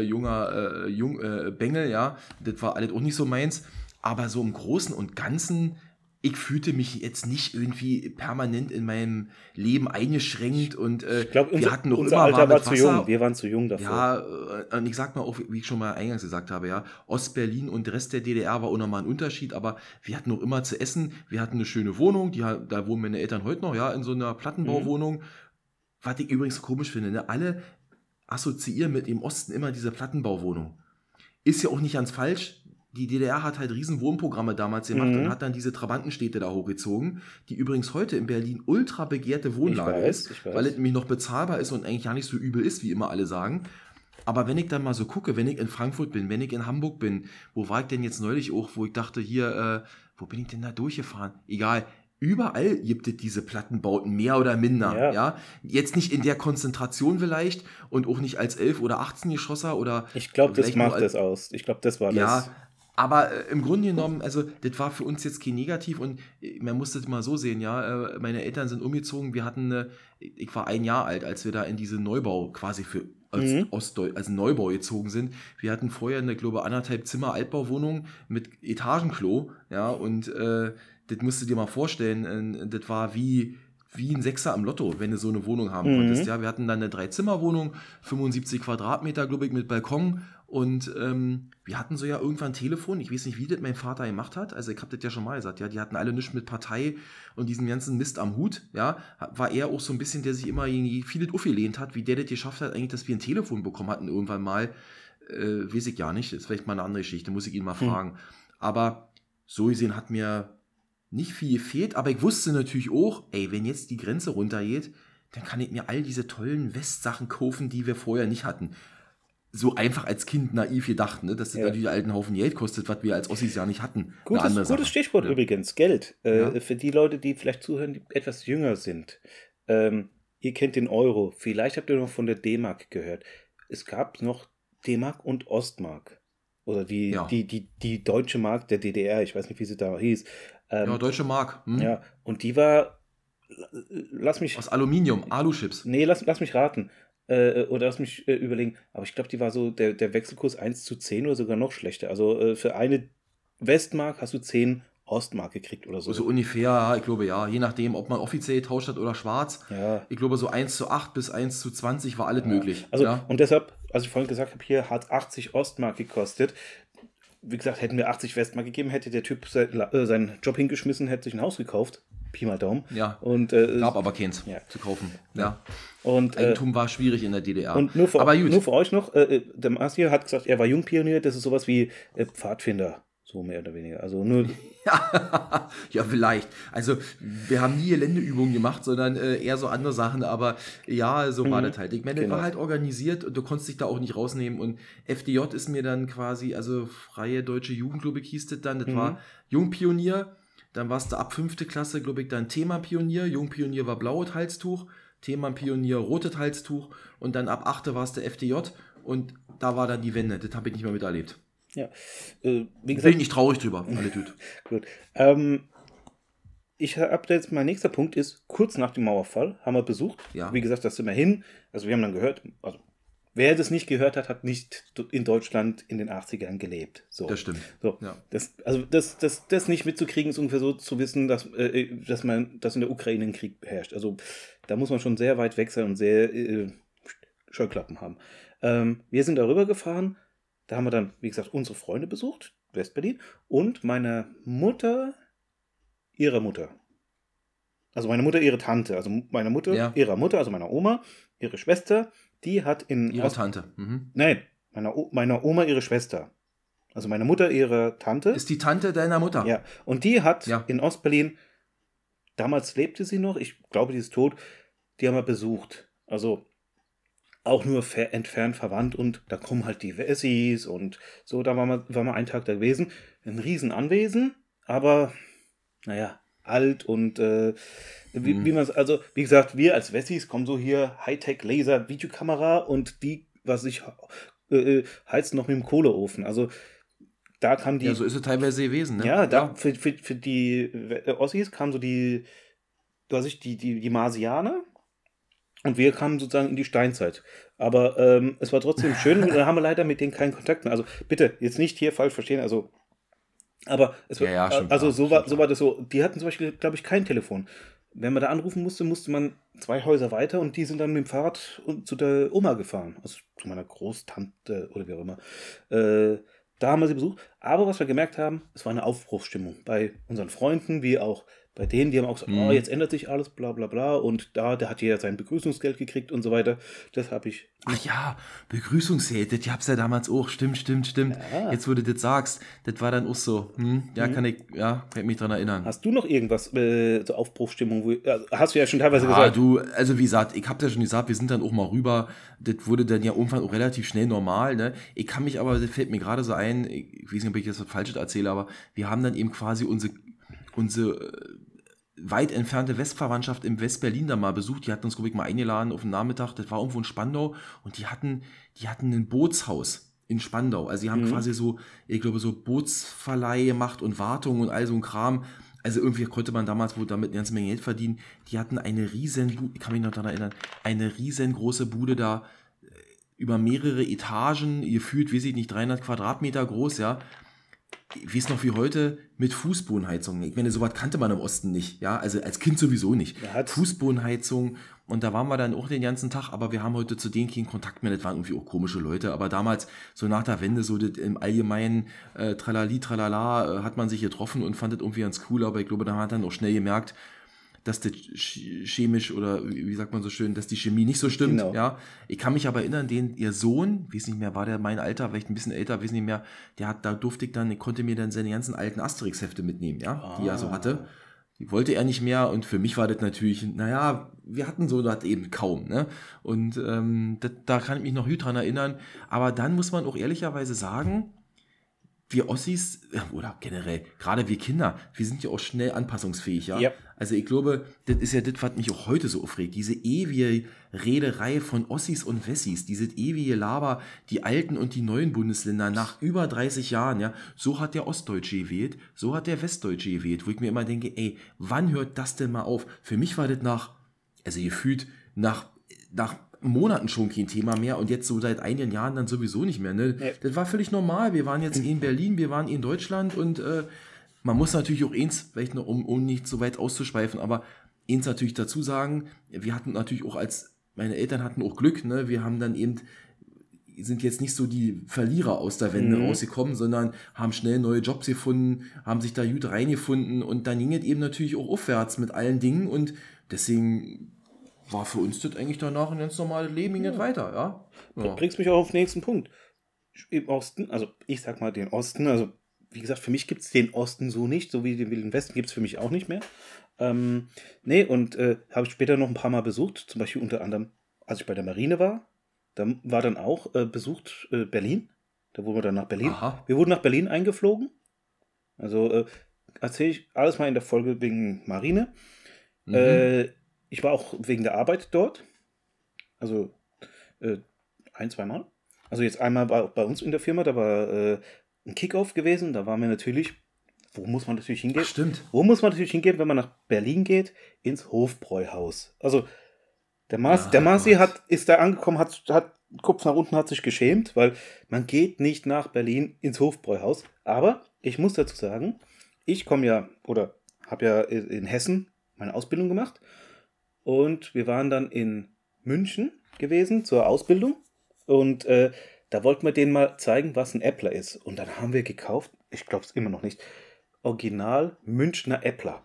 junger Bengel, ja, das war alles auch nicht so meins, aber so im Großen und Ganzen, ich fühlte mich jetzt nicht irgendwie permanent in meinem Leben eingeschränkt, und ich glaube, wir hatten noch unser immer Alter warmes war zu Wasser. jung. Wir waren zu jung dafür. Ja, und ich sag mal auch, wie ich schon mal eingangs gesagt habe, ja, Ostberlin und der Rest der DDR war auch nochmal ein Unterschied, aber wir hatten noch immer zu essen, wir hatten eine schöne Wohnung, da wohnen meine Eltern heute noch, ja, in so einer Plattenbauwohnung. Was ich übrigens komisch finde, ne? Alle assoziieren mit dem Osten immer diese Plattenbauwohnung. Ist ja auch nicht ganz falsch. Die DDR hat halt riesen Wohnprogramme damals gemacht und hat dann diese Trabantenstädte da hochgezogen, die übrigens heute in Berlin ultra begehrte Wohnlage ist, weil es nämlich noch bezahlbar ist und eigentlich gar nicht so übel ist, wie immer alle sagen. Aber wenn ich dann mal so gucke, wenn ich in Frankfurt bin, wenn ich in Hamburg bin, wo war ich denn jetzt neulich auch, wo ich dachte, hier, wo bin ich denn da durchgefahren? Egal, überall gibt es diese Plattenbauten, mehr oder minder. Ja. Jetzt nicht in der Konzentration vielleicht und auch nicht als 11- oder 18-Geschosser oder... Ich glaube, das macht das aus. Ich glaube, das war das. Ja, aber im Grunde genommen, also das war für uns jetzt kein Negativ, und man muss das mal so sehen, ja, meine Eltern sind umgezogen, wir hatten, ich war 1 Jahr alt, als wir da in diese Neubau quasi als Neubau gezogen sind. Wir hatten vorher eine, glaube ich, 1,5 Zimmer Altbauwohnung mit Etagenklo, ja, und das musst du dir mal vorstellen, das war wie ein Sechser am Lotto, wenn du so eine Wohnung haben konntest. Ja, wir hatten dann eine 3-Zimmer-Wohnung, 75 Quadratmeter, glaube ich, mit Balkon, und wir hatten so ja irgendwann ein Telefon, ich weiß nicht, wie das mein Vater gemacht hat, also ich habe das ja schon mal gesagt, ja, die hatten alle nichts mit Partei und diesen ganzen Mist am Hut, ja, war er auch so ein bisschen, der sich immer gegen vieles aufgelehnt hat, wie der das geschafft hat, eigentlich, dass wir ein Telefon bekommen hatten irgendwann mal, weiß ich gar nicht, das ist vielleicht mal eine andere Geschichte, muss ich ihn mal fragen, aber so gesehen hat mir nicht viel gefehlt, aber ich wusste natürlich auch, ey, wenn jetzt die Grenze runtergeht, dann kann ich mir all diese tollen Westsachen kaufen, die wir vorher nicht hatten. So einfach als Kind naiv gedacht, ne? Dass das natürlich einen Haufen Geld kostet, was wir als Ossis ja nicht hatten. Gutes Stichwort übrigens, Geld. Für die Leute, die vielleicht zuhören, die etwas jünger sind. Ihr kennt den Euro. Vielleicht habt ihr noch von der D-Mark gehört. Es gab noch D-Mark und Ostmark. Oder die deutsche Mark der DDR. Ich weiß nicht, wie sie da hieß. Ja, Deutsche Mark. Ja, und die war lass mich... Aus Aluminium, Alu-Chips. Nee, lass mich raten. Oder lass mich überlegen. Aber ich glaube, die war so der Wechselkurs 1:10 oder sogar noch schlechter. Also für eine Westmark hast du 10 Ostmark gekriegt oder so. So ungefähr, ich glaube ja. Je nachdem, ob man offiziell getauscht hat oder schwarz. Ja. Ich glaube, so 1:8 bis 1:20 war alles möglich. Also, ja. Und deshalb, als ich vorhin gesagt habe, hier hat 80 Ostmark gekostet. Wie gesagt, hätten wir 80 Westmark gegeben, hätte der Typ seinen Job hingeschmissen, hätte sich ein Haus gekauft. Pi mal Daumen. Ja, und, gab aber keins zu kaufen. Ja. Und, Eigentum war schwierig in der DDR. Und nur für euch noch, der Marcel hat gesagt, er war Jungpionier, das ist sowas wie Pfadfinder, so mehr oder weniger. Also nur... Ja, vielleicht. Also wir haben nie Geländeübungen gemacht, sondern eher so andere Sachen, aber ja, so war das halt. Ich meine, das war halt organisiert und du konntest dich da auch nicht rausnehmen und FDJ ist mir dann quasi, also Freie Deutsche Jugend, glaube ich, hieß das dann, das war Jungpionier, dann warst du ab 5. Klasse, glaube ich, dann Thema-Pionier, Jungpionier war blaues Halstuch, Thema-Pionier rotes Halstuch und dann ab 8. warst du FDJ und da war dann die Wende, das habe ich nicht mehr miterlebt. Ja, wie gesagt, bin ich nicht traurig drüber, alle Dude. Gut. Ich habe jetzt, mein nächster Punkt ist, kurz nach dem Mauerfall haben wir besucht. Ja. Wie gesagt, das sind wir hin. Also wir haben dann gehört, also wer das nicht gehört hat, hat nicht in Deutschland in den 80ern gelebt. So. Das stimmt. So. Ja. Das nicht mitzukriegen, ist ungefähr so zu wissen, dass in der Ukraine ein Krieg herrscht. Also da muss man schon sehr weit weg sein und sehr Scheuklappen haben. Wir sind darüber gefahren. Da haben wir dann, wie gesagt, unsere Freunde besucht, Westberlin, und meine Mutter, ihre Mutter. Also meine Mutter, ihre Tante. Also meine Mutter, ihre Mutter, also meine Oma, ihre Schwester, die hat in... Ihre Tante. Nein, meine Oma, ihre Schwester. Also meine Mutter, ihre Tante. Ist die Tante deiner Mutter? Ja, und die hat in Ostberlin, damals lebte sie noch, ich glaube, die ist tot, die haben wir besucht. Also... auch nur entfernt verwandt und da kommen halt die Wessis und so, da waren wir einen Tag da gewesen. Ein Riesenanwesen, aber naja, alt und wie man es, also wie gesagt, wir als Wessis kommen so hier Hightech-Laser-Videokamera und die, was ich heizt noch mit dem Kohleofen. Also da kam die... Ja, so ist es teilweise gewesen, ne? Ja, für die Ossis kamen so die Marsianer. Und wir kamen sozusagen in die Steinzeit. Aber es war trotzdem schön und da haben wir leider mit denen keinen Kontakt mehr. Also bitte, jetzt nicht hier falsch verstehen. Also, aber es war, so war das so. Die hatten zum Beispiel, glaube ich, kein Telefon. Wenn man da anrufen musste man 2 Häuser weiter und die sind dann mit dem Fahrrad zu der Oma gefahren. Also zu meiner Großtante oder wie auch immer. Da haben wir sie besucht. Aber was wir gemerkt haben, es war eine Aufbruchsstimmung bei unseren Freunden, wie auch bei denen, die haben auch gesagt, jetzt ändert sich alles, bla bla bla. Und der hat jeder sein Begrüßungsgeld gekriegt und so weiter. Das habe ich... Ach ja, Begrüßungsgeld, das gab's ja damals auch. Stimmt. Ja. Jetzt, wo du das sagst, das war dann auch so. Kann ich mich dran erinnern. Hast du noch irgendwas zur Aufbruchsstimmung? Hast du ja schon teilweise gesagt. Also wie gesagt, ich habe ja schon gesagt, wir sind dann auch mal rüber. Das wurde dann ja irgendwann auch relativ schnell normal. Ne? Ich kann mich aber, das fällt mir gerade so ein, ich weiß nicht, ob ich jetzt was Falsches erzähle, aber wir haben dann eben quasi unsere weit entfernte Westverwandtschaft im Westberlin da mal besucht. Die hatten uns, glaube ich, mal eingeladen auf den Nachmittag. Das war irgendwo in Spandau und die hatten ein Bootshaus in Spandau. Also die haben quasi so, ich glaube, so Bootsverleih gemacht und Wartung und all so ein Kram. Also irgendwie konnte man damals wohl damit eine ganze Menge Geld verdienen. Die hatten eine riesen, ich kann mich noch daran erinnern, eine riesengroße Bude da über mehrere Etagen, gefühlt, weiß ich nicht, 300 Quadratmeter groß, ja. Ich weiß noch wie heute, mit Fußbodenheizung. Ich meine, sowas kannte man im Osten nicht, ja, also als Kind sowieso nicht. Fußbodenheizung und da waren wir dann auch den ganzen Tag, aber wir haben heute zu denen keinen Kontakt mehr, das waren irgendwie auch komische Leute, aber damals, so nach der Wende, so das im allgemeinen Tralali, Tralala, hat man sich getroffen und fand das irgendwie ganz cool, aber ich glaube, da hat dann auch schnell gemerkt, dass das chemisch oder wie sagt man so schön, dass die Chemie nicht so stimmt. Genau. Ja. Ich kann mich aber erinnern, ihr Sohn, weiß nicht mehr, war der mein Alter, vielleicht ein bisschen älter, weiß nicht mehr, konnte mir dann seine ganzen alten Asterix-Hefte mitnehmen, ja, die er so hatte. Die wollte er nicht mehr und für mich war das natürlich, wir hatten so das eben kaum, ne? Und da kann ich mich noch gut dran erinnern. Aber dann muss man auch ehrlicherweise sagen, wir Ossis, oder generell, gerade wir Kinder, wir sind ja auch schnell anpassungsfähig, ja? Ja. Also ich glaube, das ist ja das, was mich auch heute so aufregt. Diese ewige Rederei von Ossis und Wessis, dieses ewige Laber, die alten und die neuen Bundesländer nach über 30 Jahren, ja, so hat der Ostdeutsche gewählt, so hat der Westdeutsche gewählt, wo ich mir immer denke, ey, wann hört das denn mal auf? Für mich war das gefühlt nach Monaten schon kein Thema mehr und jetzt so seit einigen Jahren dann sowieso nicht mehr. Ne? Ja. Das war völlig normal. Wir waren jetzt in Berlin, wir waren in Deutschland und man muss natürlich auch vielleicht noch, um nicht so weit auszuschweifen, aber natürlich dazu sagen, wir hatten natürlich auch meine Eltern hatten auch Glück, ne? Wir haben dann sind jetzt nicht so die Verlierer aus der Wende rausgekommen, sondern haben schnell neue Jobs gefunden, haben sich da gut reingefunden und dann ging es eben natürlich auch aufwärts mit allen Dingen und deswegen war für uns das eigentlich danach ein ganz normales Leben, ging nicht weiter, ja. Du bringst mich auch auf den nächsten Punkt. Im Osten, also ich sag mal den Osten, also wie gesagt, für mich gibt es den Osten so nicht, so wie den Wilden Westen gibt es für mich auch nicht mehr. Habe ich später noch ein paar Mal besucht, zum Beispiel unter anderem, als ich bei der Marine war, da war dann auch besucht Berlin, da wurden wir dann nach Berlin. Aha. Wir wurden nach Berlin eingeflogen, also erzähle ich alles mal in der Folge wegen Marine. Ich war auch wegen der Arbeit dort. Also 1-2 Mal. Also jetzt einmal bei uns in der Firma, da war ein Kickoff gewesen. Da waren wir natürlich, wo muss man natürlich hingehen? Ach, stimmt. Wo muss man natürlich hingehen, wenn man nach Berlin geht? Ins Hofbräuhaus. Also der Marci ist da angekommen, hat Kopf nach unten, hat sich geschämt, weil man geht nicht nach Berlin ins Hofbräuhaus. Aber ich muss dazu sagen, ich komme ja, oder habe ja in Hessen meine Ausbildung gemacht. Und wir waren dann in München gewesen zur Ausbildung. Und da wollten wir denen mal zeigen, was ein Äppler ist. Und dann haben wir gekauft, ich glaube es immer noch nicht, Original Münchner Äppler.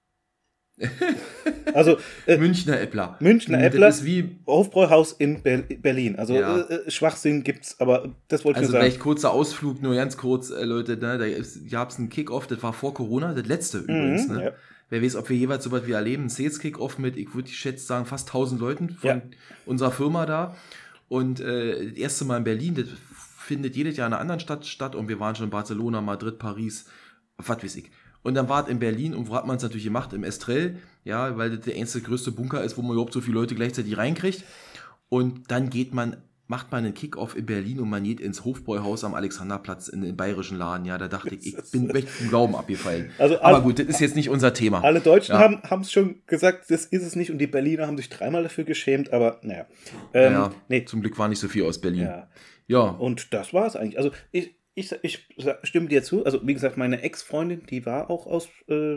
Also Münchner Äppler. Münchner Äppler, Das ist wie Hofbräuhaus in Berlin. Also Ja. Schwachsinn gibt's, aber das wollte ich Also nur sagen. vielleicht kurzer Ausflug, nur ganz kurz, Leute, ne? Da gab es einen Kick-Off, das war vor Corona, das letzte übrigens, ne? Ja. Wer weiß, ob wir jeweils so was wie erleben, ein Sales-Kick-Off mit, ich würde schätzen sagen, fast 1000 Leuten von Ja. unserer Firma da. Und das erste Mal in Berlin, das findet jedes Jahr in einer anderen Stadt statt. Und wir waren schon in Barcelona, Madrid, Paris, was weiß ich. Und dann war es in Berlin und wo hat man es natürlich gemacht? Im Estrell, ja, weil das der einzige größte Bunker ist, wo man überhaupt so viele Leute gleichzeitig reinkriegt. Und dann macht man einen Kick-Off in Berlin und man geht ins Hofbräuhaus am Alexanderplatz in den bayerischen Laden. Ja, da dachte ich bin echt vom Glauben abgefallen. Also aber gut, das ist jetzt nicht unser Thema. Alle Deutschen Ja. haben es schon gesagt, das ist es nicht. Und die Berliner haben sich dreimal dafür geschämt, aber naja. Nee. Zum Glück war nicht so viel aus Berlin. Ja. Ja. Und das war es eigentlich. Also ich stimme dir zu. Also wie gesagt, meine Ex-Freundin, die war auch aus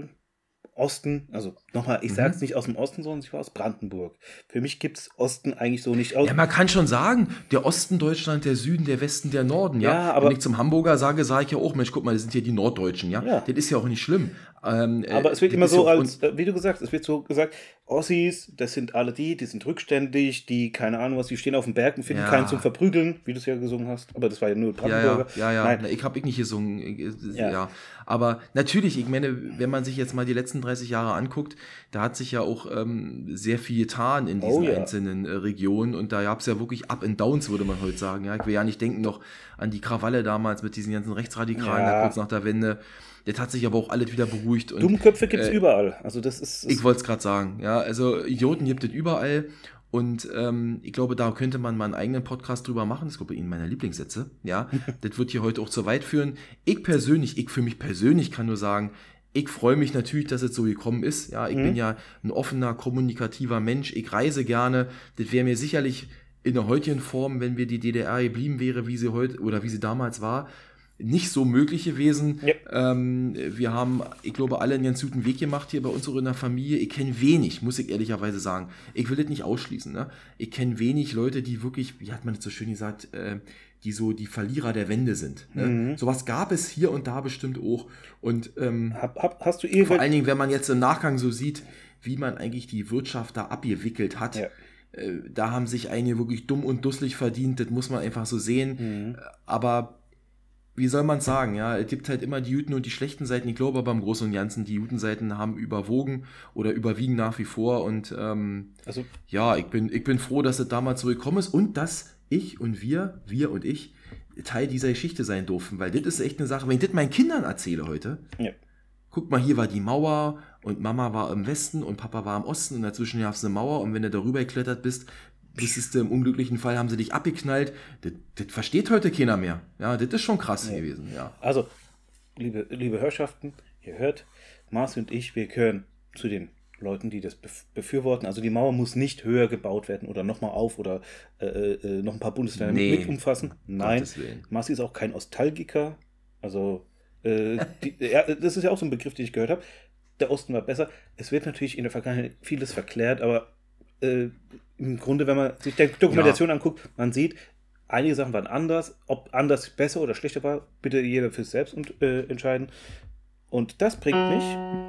Osten. Also nochmal, ich sage es nicht aus dem Osten, sondern sie war aus Brandenburg. Für mich gibt es Osten eigentlich so nicht. Ja, man kann schon sagen, der Osten Deutschland, der Süden, der Westen, der Norden, ja. Ja, aber- Wenn ich zum Hamburger sage ich ja auch, Mensch, guck mal, das sind hier die Norddeutschen, ja. Ja. Das ist ja auch nicht schlimm. Aber es wird das immer ist so ja auch- als, wie du gesagt hast, es wird so gesagt, Ossis, das sind alle die sind rückständig, die, keine Ahnung was, die stehen auf dem Berg und finden Ja. keinen zum Verprügeln, wie du es ja gesungen hast. Aber das war ja nur Brandenburger. Ja. Nein. Na, ich habe nicht gesungen. Ja. Ja. Aber natürlich, ich meine, wenn man sich jetzt mal die letzten 30 Jahre anguckt, da hat sich ja auch sehr viel getan in diesen ja. einzelnen Regionen und da gab es ja wirklich Up and Downs, würde man heute sagen. Ja, ich will ja nicht denken noch an die Krawalle damals mit diesen ganzen Rechtsradikalen, Ja. da kurz nach der Wende. Das hat sich aber auch alles wieder beruhigt. Und Dummköpfe gibt es überall. Also das ist. ich wollte es gerade sagen, ja, also Idioten gibt es überall und ich glaube, da könnte man mal einen eigenen Podcast drüber machen. Das ist, glaube ich, einer meiner Lieblingssätze, ja. Das wird hier heute auch zu weit führen. Ich für mich persönlich kann nur sagen, ich freue mich natürlich, dass es so gekommen ist, ja. Ich bin ja ein offener, kommunikativer Mensch. Ich reise gerne. Das wäre mir sicherlich in der heutigen Form, wenn wir die DDR geblieben wäre, wie sie heute oder wie sie damals war, nicht so möglich gewesen. Ja. Wir haben, ich glaube, alle einen ganz guten Weg gemacht hier bei uns auch in der Familie. Ich kenne wenig, muss ich ehrlicherweise sagen. Ich will das nicht ausschließen. Ne? Ich kenne wenig Leute, die wirklich, wie hat man das so schön gesagt, die so die Verlierer der Wende sind. Ne? Sowas gab es hier und da bestimmt auch. Und Hast du vor irgendwelche. allen Dingen, wenn man jetzt im Nachgang so sieht, wie man eigentlich die Wirtschaft da abgewickelt hat, Ja. da haben sich einige wirklich dumm und dusselig verdient, das muss man einfach so sehen. Aber wie soll man es sagen, ja, es gibt halt immer die guten und die schlechten Seiten. Ich glaube aber im Großen und Ganzen, die guten Seiten haben überwogen oder überwiegen nach wie vor. Und Also ja, ich bin froh, dass es damals so gekommen ist und dass wir und ich, Teil dieser Geschichte sein durften, weil das ist echt eine Sache, wenn ich das meinen Kindern erzähle heute, guck mal, hier war die Mauer und Mama war im Westen und Papa war im Osten und dazwischen gab es eine Mauer und wenn du darüber geklettert bist, im unglücklichen Fall haben sie dich abgeknallt. Das versteht heute keiner mehr. Ja, das ist schon krass gewesen. Ja. Also, liebe Hörschaften, ihr hört, Marci und ich, wir gehören zu den Leuten, die das befürworten. Also die Mauer muss nicht höher gebaut werden oder nochmal auf oder noch ein paar Bundesländer mit umfassen. Nein, Marci ist auch kein Nostalgiker. Also, das ist ja auch so ein Begriff, den ich gehört habe. Der Osten war besser. Es wird natürlich in der Vergangenheit vieles verklärt, aber im Grunde, wenn man sich die Dokumentation anguckt, man sieht, einige Sachen waren anders. Ob anders besser oder schlechter war, bitte jeder für sich selbst entscheiden. Und das bringt mich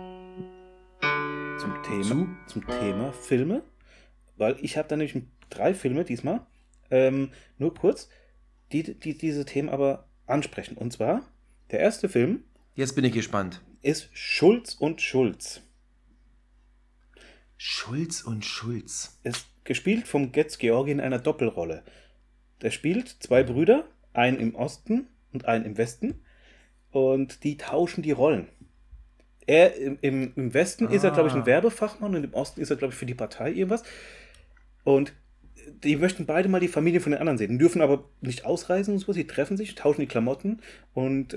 zum Thema Filme, weil ich habe da nämlich 3 Filme diesmal, nur kurz, die diese Themen aber ansprechen. Und zwar, der erste Film, jetzt bin ich gespannt, ist Schulz und Schulz. Schulz und Schulz. Ist gespielt vom Götz Georgi in einer Doppelrolle. Der spielt 2 Brüder, einen im Osten und einen im Westen. Und die tauschen die Rollen. Er im Westen ist er, glaube ich, ein Werbefachmann und im Osten ist er, glaube ich, für die Partei irgendwas. Und die möchten beide mal die Familie von den anderen sehen. Die dürfen aber nicht ausreisen und so. Sie treffen sich, tauschen die Klamotten und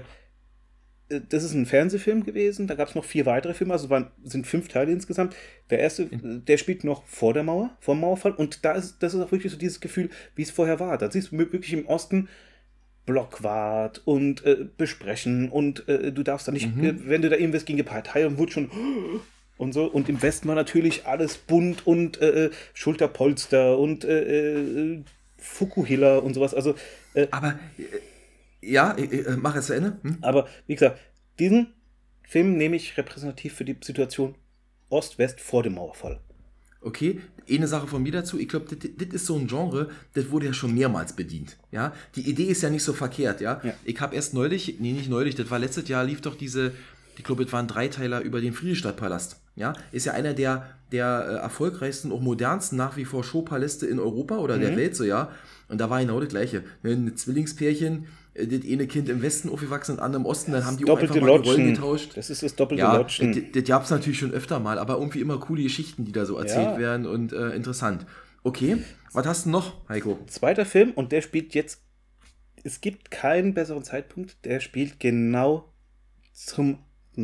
das ist ein Fernsehfilm gewesen, da gab es noch 4 weitere Filme, also sind 5 Teile insgesamt. Der erste, der spielt noch vor der Mauer, vor dem Mauerfall, und das ist auch wirklich so dieses Gefühl, wie es vorher war. Da siehst du wirklich im Osten Blockwart und besprechen und du darfst da nicht, wenn du da irgendwas gegen die Partei und wurde schon und so. Und im Westen war natürlich alles bunt und Schulterpolster und Fukuhila und sowas. Also, aber ja, mach es zu Ende. Aber wie gesagt, diesen Film nehme ich repräsentativ für die Situation Ost-West vor dem Mauerfall. Okay, eine Sache von mir dazu. Ich glaube, das ist so ein Genre, das wurde ja schon mehrmals bedient. Ja, die Idee ist ja nicht so verkehrt. Ja, ich habe erst nicht neulich, das war letztes Jahr, lief doch ich glaube, es waren 3-Teiler über den Friedrichstadtpalast. Ja, ist ja einer der erfolgreichsten, auch modernsten nach wie vor Showpaläste in Europa oder der Welt, so, ja. Und da war genau das Gleiche. Ein Zwillingspärchen, das eine Kind im Westen aufgewachsen und andere im Osten, dann haben die auch einfach mal die Rollen getauscht. Das ist das doppelte Lodgen. Das gab es natürlich schon öfter mal, aber irgendwie immer coole Geschichten, die da so erzählt werden und interessant. Okay, was hast du noch, Heiko? Zweiter Film, und der spielt jetzt, es gibt keinen besseren Zeitpunkt, der spielt genau zum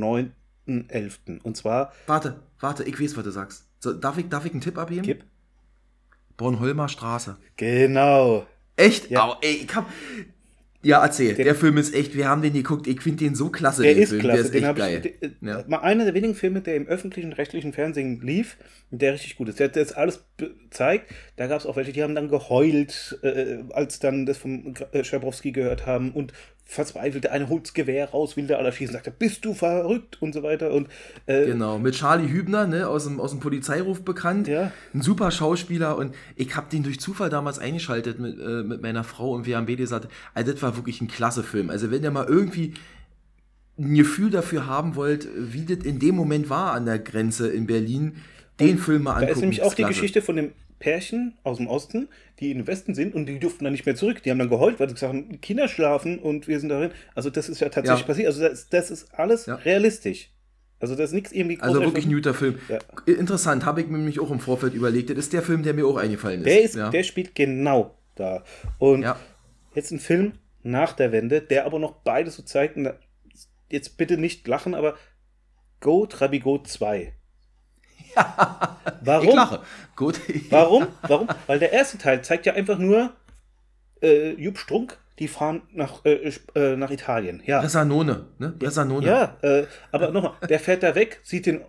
9.11. Und zwar... Warte, ich weiß, was du sagst. So, darf ich einen Tipp abgeben? Gib. Bornholmer Straße. Genau. Echt? Ja. Oh, ey, ja, erzähl. Der Film ist echt, wir haben den geguckt, ich finde den so klasse. Der ist Film. klasse. Der ist echt geil. Mal einer der wenigen Filme, der im öffentlichen, rechtlichen Fernsehen lief, der richtig gut ist. Der hat jetzt alles gezeigt. Da gab es auch welche, die haben dann geheult, als dann das vom Schabrowski gehört haben und verzweifelt. Der eine holt das Gewehr raus, will da alle schießen, sagt er, bist du verrückt und so weiter. Und, genau, mit Charlie Hübner, ne, aus dem Polizeiruf bekannt. Ja. Ein super Schauspieler, und ich habe den durch Zufall damals eingeschaltet mit meiner Frau, und wir haben beide gesagt, also das war wirklich ein klasse Film. Also wenn ihr mal irgendwie ein Gefühl dafür haben wollt, wie das in dem Moment war an der Grenze in Berlin, den Film mal angucken. Da ist nämlich auch die Geschichte von dem Pärchen aus dem Osten, die in den Westen sind, und die durften dann nicht mehr zurück. Die haben dann geheult, weil sie gesagt haben, Kinder schlafen und wir sind darin. Also das ist ja tatsächlich passiert. Also das ist alles realistisch. Also das ist nichts irgendwie groß. Also wirklich ein guter Film. Ja. Interessant, habe ich mir nämlich auch im Vorfeld überlegt. Das ist der Film, der mir auch eingefallen ist. Der spielt genau da. Und jetzt ein Film nach der Wende, der aber noch beides so zeigt. Jetzt bitte nicht lachen, aber Go Trabigo 2. Ja, warum? Ich lache. Gut. Warum? Weil der erste Teil zeigt ja einfach nur Jupp Strunk, die fahren nach Italien. Ja. Bressanone, ne? Bressanone. Ja, aber nochmal, der fährt da weg, sieht den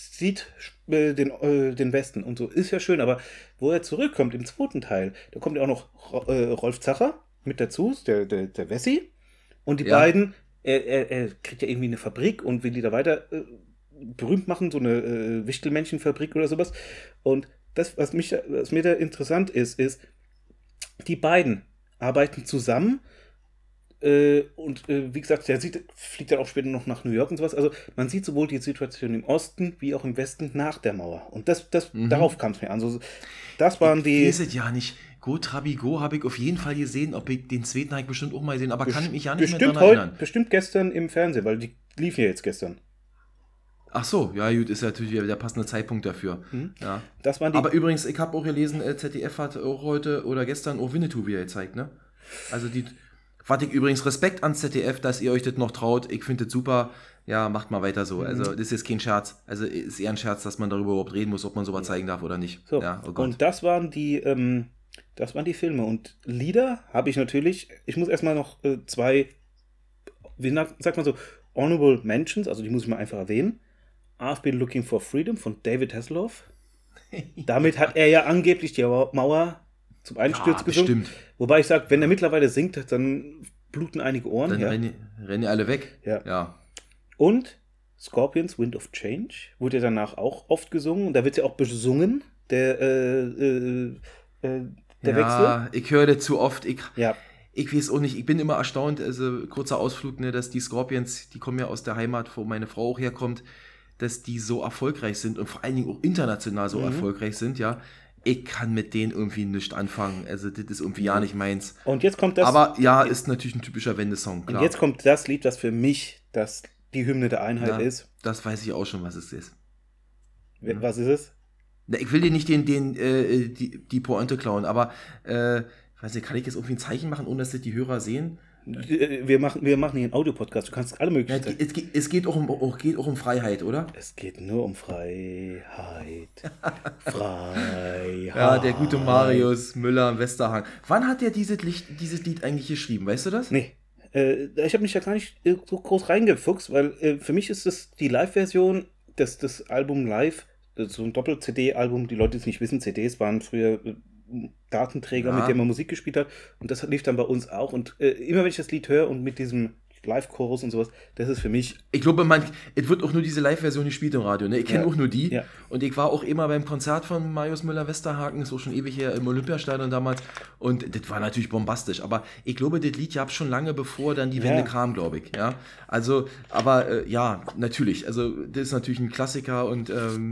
Westen und so. Ist ja schön, aber wo er zurückkommt im zweiten Teil, da kommt ja auch noch Rolf Zacher mit dazu, der Wessi. Und die beiden, er kriegt ja irgendwie eine Fabrik und will die da weiter berühmt machen, so eine Wichtelmännchenfabrik oder sowas. Und das, was mir da interessant ist, die beiden arbeiten zusammen, Wie gesagt, fliegt dann auch später noch nach New York und sowas. Also man sieht sowohl die Situation im Osten wie auch im Westen nach der Mauer. Und darauf kam es mir an. So, das waren die... Ich weiß es ja nicht. Go Trabi Go habe ich auf jeden Fall gesehen. Ob ich den zweiten habe ich bestimmt auch mal gesehen, aber kann ich mich ja nicht mehr daran erinnern. Bestimmt gestern im Fernsehen, weil die liefen ja jetzt gestern. Ach so, ja gut, ist ja natürlich der passende Zeitpunkt dafür. Ja. Das waren die... Aber übrigens, ich habe auch gelesen, ZDF hat auch heute oder gestern auch Winnetou wieder gezeigt, ne? Also was ich übrigens Respekt ans ZDF, dass ihr euch das noch traut. Ich finde das super. Ja, macht mal weiter so. Also das ist jetzt kein Scherz. Also ist eher ein Scherz, dass man darüber überhaupt reden muss, ob man sowas zeigen darf oder nicht. So. Ja, oh Gott. Und das waren die Filme. Und Lieder habe ich natürlich, ich muss erstmal noch zwei, sagt man so, Honorable Mentions, also die muss ich mal einfach erwähnen. I've Been Looking for Freedom von David Hasselhoff. Damit hat er ja angeblich die Mauer zum Einsturz gesungen. Bestimmt. Wobei ich sage, wenn er mittlerweile singt, dann bluten einige Ohren. Dann rennen alle weg. Ja. Und Scorpions, Wind of Change, wurde ja danach auch oft gesungen. Und da wird ja auch besungen, der Wechsel. Ja, ich höre das zu oft. Ich Ja. weiß auch nicht, ich bin immer erstaunt, also kurzer Ausflug, ne, dass die Scorpions, die kommen ja aus der Heimat, wo meine Frau auch herkommt, dass die so erfolgreich sind und vor allen Dingen auch international so erfolgreich sind, ja. Ich kann mit denen irgendwie nichts anfangen. Also das ist irgendwie ja nicht meins. Und jetzt kommt das... Aber ja, ist natürlich ein typischer Wendesong, klar. Und jetzt kommt das Lied, das für mich die Hymne der Einheit ist. Das weiß ich auch schon, was es ist. Was ist es? Ich will dir nicht die Pointe klauen, aber weiß nicht, kann ich jetzt irgendwie ein Zeichen machen, ohne dass das die Hörer sehen? Wir machen hier einen Audiopodcast, du kannst alle möglichen... Ja, es geht auch um Freiheit, oder? Es geht nur um Freiheit. Freiheit. Ja, der gute Marius Müller Westerhang. Wann hat der dieses Lied eigentlich geschrieben, weißt du das? Nee. Ich habe mich da gar nicht so groß reingefuchst, weil für mich ist das die Live-Version, das Album live, so ein Doppel-CD-Album, die Leute, die es nicht wissen, CDs waren früher Datenträger, mit dem man Musik gespielt hat, und das lief dann bei uns auch, und immer wenn ich das Lied höre und mit diesem Live-Chorus und sowas, das ist für mich... Ich glaube, es wird auch nur diese Live-Version gespielt im Radio, ne? Ich kenne auch nur die. Ja. Und ich war auch immer beim Konzert von Marius Müller-Westerhaken, ist auch schon ewig her, im Olympiastadion damals. Und das war natürlich bombastisch. Aber ich glaube, das Lied gab es schon lange, bevor dann die Wende kam, glaube ich. Ja? Also, aber ja, natürlich. Also, das ist natürlich ein Klassiker. Und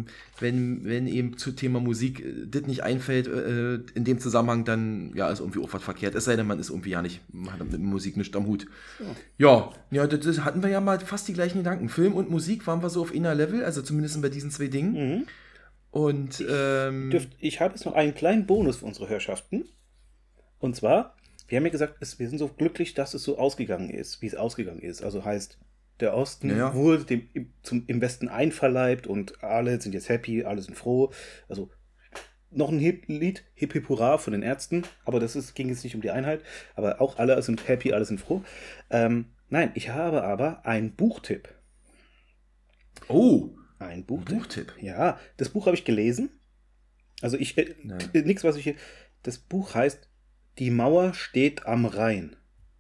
wenn eben zu Thema Musik das nicht einfällt, in dem Zusammenhang, dann ja, ist irgendwie auch was verkehrt. Es sei denn, man ist irgendwie man hat mit Musik nichts am Hut. Ja, das hatten wir ja mal fast die gleichen Gedanken. Film und Musik waren wir so auf einer Level, also zumindest bei diesen zwei Dingen. Und ich habe jetzt noch einen kleinen Bonus für unsere Hörschaften. Und zwar, wir haben ja gesagt, wir sind so glücklich, dass es so ausgegangen ist, wie es ausgegangen ist. Also heißt, der Osten wurde im Westen einverleibt und alle sind jetzt happy, alle sind froh. Also noch ein Lied, Hip Hip Hurra von den Ärzten, aber ging jetzt nicht um die Einheit, aber auch alle sind happy, alle sind froh. Nein, ich habe aber einen Buchtipp. Oh, ein Buchtipp? Ja, das Buch habe ich gelesen. Also nichts, was ich hier... Das Buch heißt Die Mauer steht am Rhein.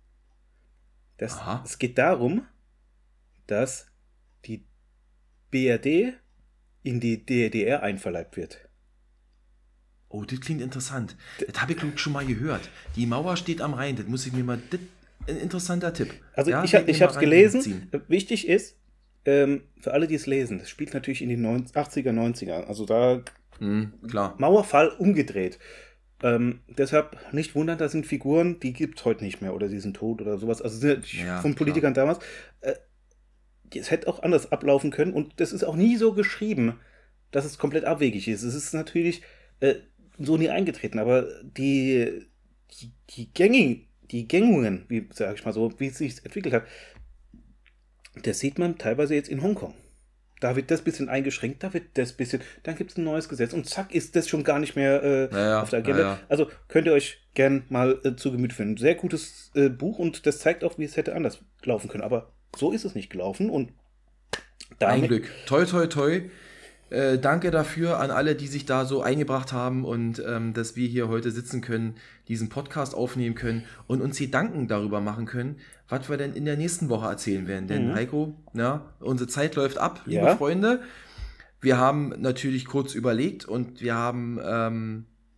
Es geht darum, dass die BRD in die DDR einverleibt wird. Oh, das klingt interessant. Das habe ich schon mal gehört. Die Mauer steht am Rhein. Das muss ich mir mal... ein interessanter Tipp. Also ja, ich habe es gelesen. Wichtig ist, für alle, die es lesen, das spielt natürlich in den 80er, 90er. Also da klar. Mauerfall umgedreht. Deshalb nicht wundern, da sind Figuren, die gibt es heute nicht mehr oder die sind tot oder sowas. Also von Politikern damals. Es hätte auch anders ablaufen können und das ist auch nie so geschrieben, dass es komplett abwegig ist. Es ist natürlich so nie eingetreten, aber die Gängungen, wie sage ich mal so, wie es sich entwickelt hat, das sieht man teilweise jetzt in Hongkong. Da wird das bisschen eingeschränkt, dann gibt es ein neues Gesetz und zack, ist das schon gar nicht mehr auf der Agenda. Ja. Also könnt ihr euch gern mal zu Gemüte führen. Sehr gutes Buch und das zeigt auch, wie es hätte anders laufen können. Aber so ist es nicht gelaufen und damit... Ein Glück. Toi, toi, toi. Danke dafür an alle, die sich da so eingebracht haben und dass wir hier heute sitzen können, diesen Podcast aufnehmen können und uns Gedanken darüber machen können, was wir denn in der nächsten Woche erzählen werden. Denn Heiko, unsere Zeit läuft ab, liebe Freunde. Wir haben natürlich kurz überlegt und wir haben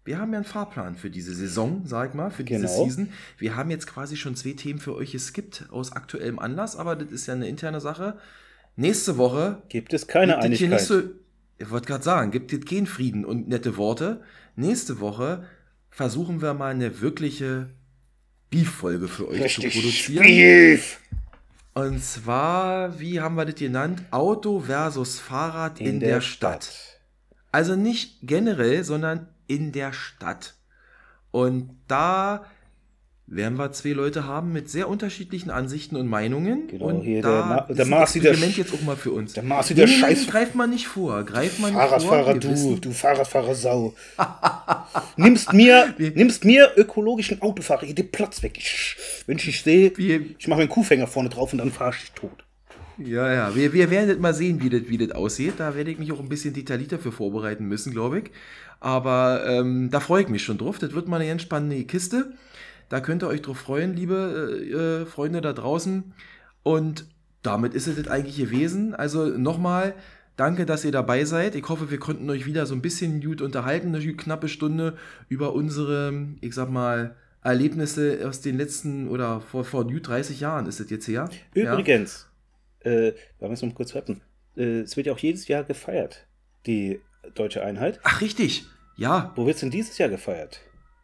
wir haben ja einen Fahrplan für diese Saison, sag ich mal, für diese Season. Wir haben jetzt quasi schon 2 Themen für euch geskippt aus aktuellem Anlass, aber das ist ja eine interne Sache. Nächste Woche gibt es keine Einigkeit. Ich wollte gerade sagen, gibt es keinen Frieden und nette Worte. Nächste Woche versuchen wir mal eine wirkliche Beef-Folge für euch zu produzieren. Beef! Und zwar, wie haben wir das genannt? Auto versus Fahrrad in der Stadt. Also nicht generell, sondern in der Stadt. Und da werden wir 2 Leute haben mit sehr unterschiedlichen Ansichten und Meinungen. Genau, und hier da der Marci, der jetzt auch mal für uns. Der Marci, der Scheiß. Greift man nicht vor. Fahrradfahrer, du Fahrradfahrer Sau. nimmst mir ökologischen Autofahrer hier den Platz weg. Wenn ich dich sehe, ich mache einen Kuhfänger vorne drauf und dann fahre ich dich tot. Ja, wir werden mal sehen, wie das aussieht. Da werde ich mich auch ein bisschen detaillierter für vorbereiten müssen, glaube ich. Aber da freue ich mich schon drauf. Das wird mal eine ganz spannende Kiste. Da könnt ihr euch drauf freuen, liebe Freunde da draußen. Und damit ist es das eigentlich gewesen. Also nochmal, danke, dass ihr dabei seid. Ich hoffe, wir konnten euch wieder so ein bisschen gut unterhalten, eine knappe Stunde über unsere, ich sag mal, Erlebnisse aus den letzten, oder vor gut 30 Jahren ist das jetzt her. Übrigens, wollen wir es noch kurz retten, es wird ja auch jedes Jahr gefeiert, die Deutsche Einheit. Ach, richtig, ja. Wo wird es denn dieses Jahr gefeiert?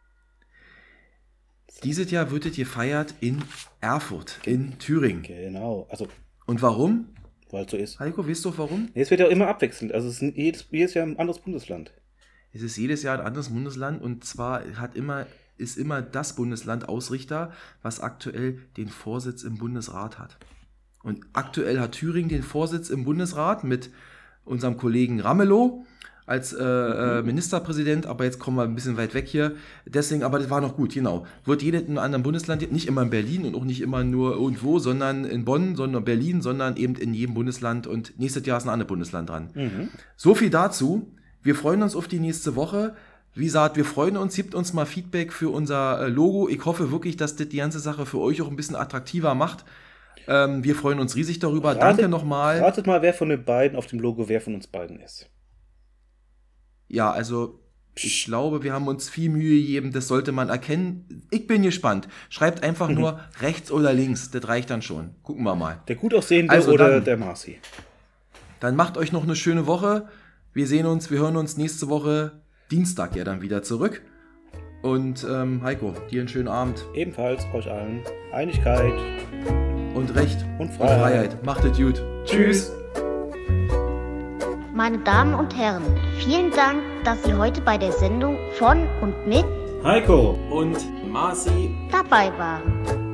Dieses Jahr wird es gefeiert in Erfurt, in Thüringen. Genau. Also, und warum? Weil es so ist. Heiko, weißt du warum? Es wird ja immer abwechselnd. Also es ist jedes Jahr ein anderes Bundesland. Es ist jedes Jahr ein anderes Bundesland, und zwar ist immer das Bundesland Ausrichter, was aktuell den Vorsitz im Bundesrat hat. Und aktuell hat Thüringen den Vorsitz im Bundesrat mit unserem Kollegen Ramelow als Ministerpräsident, aber jetzt kommen wir ein bisschen weit weg hier. Deswegen, aber das war noch gut, genau. Wird jeder in einem anderen Bundesland, nicht immer in Berlin und auch nicht immer nur irgendwo, sondern in Bonn, sondern Berlin, sondern eben in jedem Bundesland, und nächstes Jahr ist ein anderes Bundesland dran. So viel dazu. Wir freuen uns auf die nächste Woche. Wie gesagt, wir freuen uns, gebt uns mal Feedback für unser Logo. Ich hoffe wirklich, dass das die ganze Sache für euch auch ein bisschen attraktiver macht. Wir freuen uns riesig darüber. Danke nochmal. Ratet mal, wer von den beiden auf dem Logo, wer von uns beiden ist. Ja, also ich glaube, wir haben uns viel Mühe gegeben, das sollte man erkennen. Ich bin gespannt. Schreibt einfach nur rechts oder links, das reicht dann schon. Gucken wir mal. Der gut aussehende oder der Marci. Dann macht euch noch eine schöne Woche. Wir hören uns nächste Woche Dienstag ja dann wieder zurück. Und Heiko, dir einen schönen Abend. Ebenfalls euch allen Einigkeit. Und Recht und Freiheit. Macht es gut. Tschüss. Meine Damen und Herren, vielen Dank, dass Sie heute bei der Sendung von und mit Heiko und Marci dabei waren.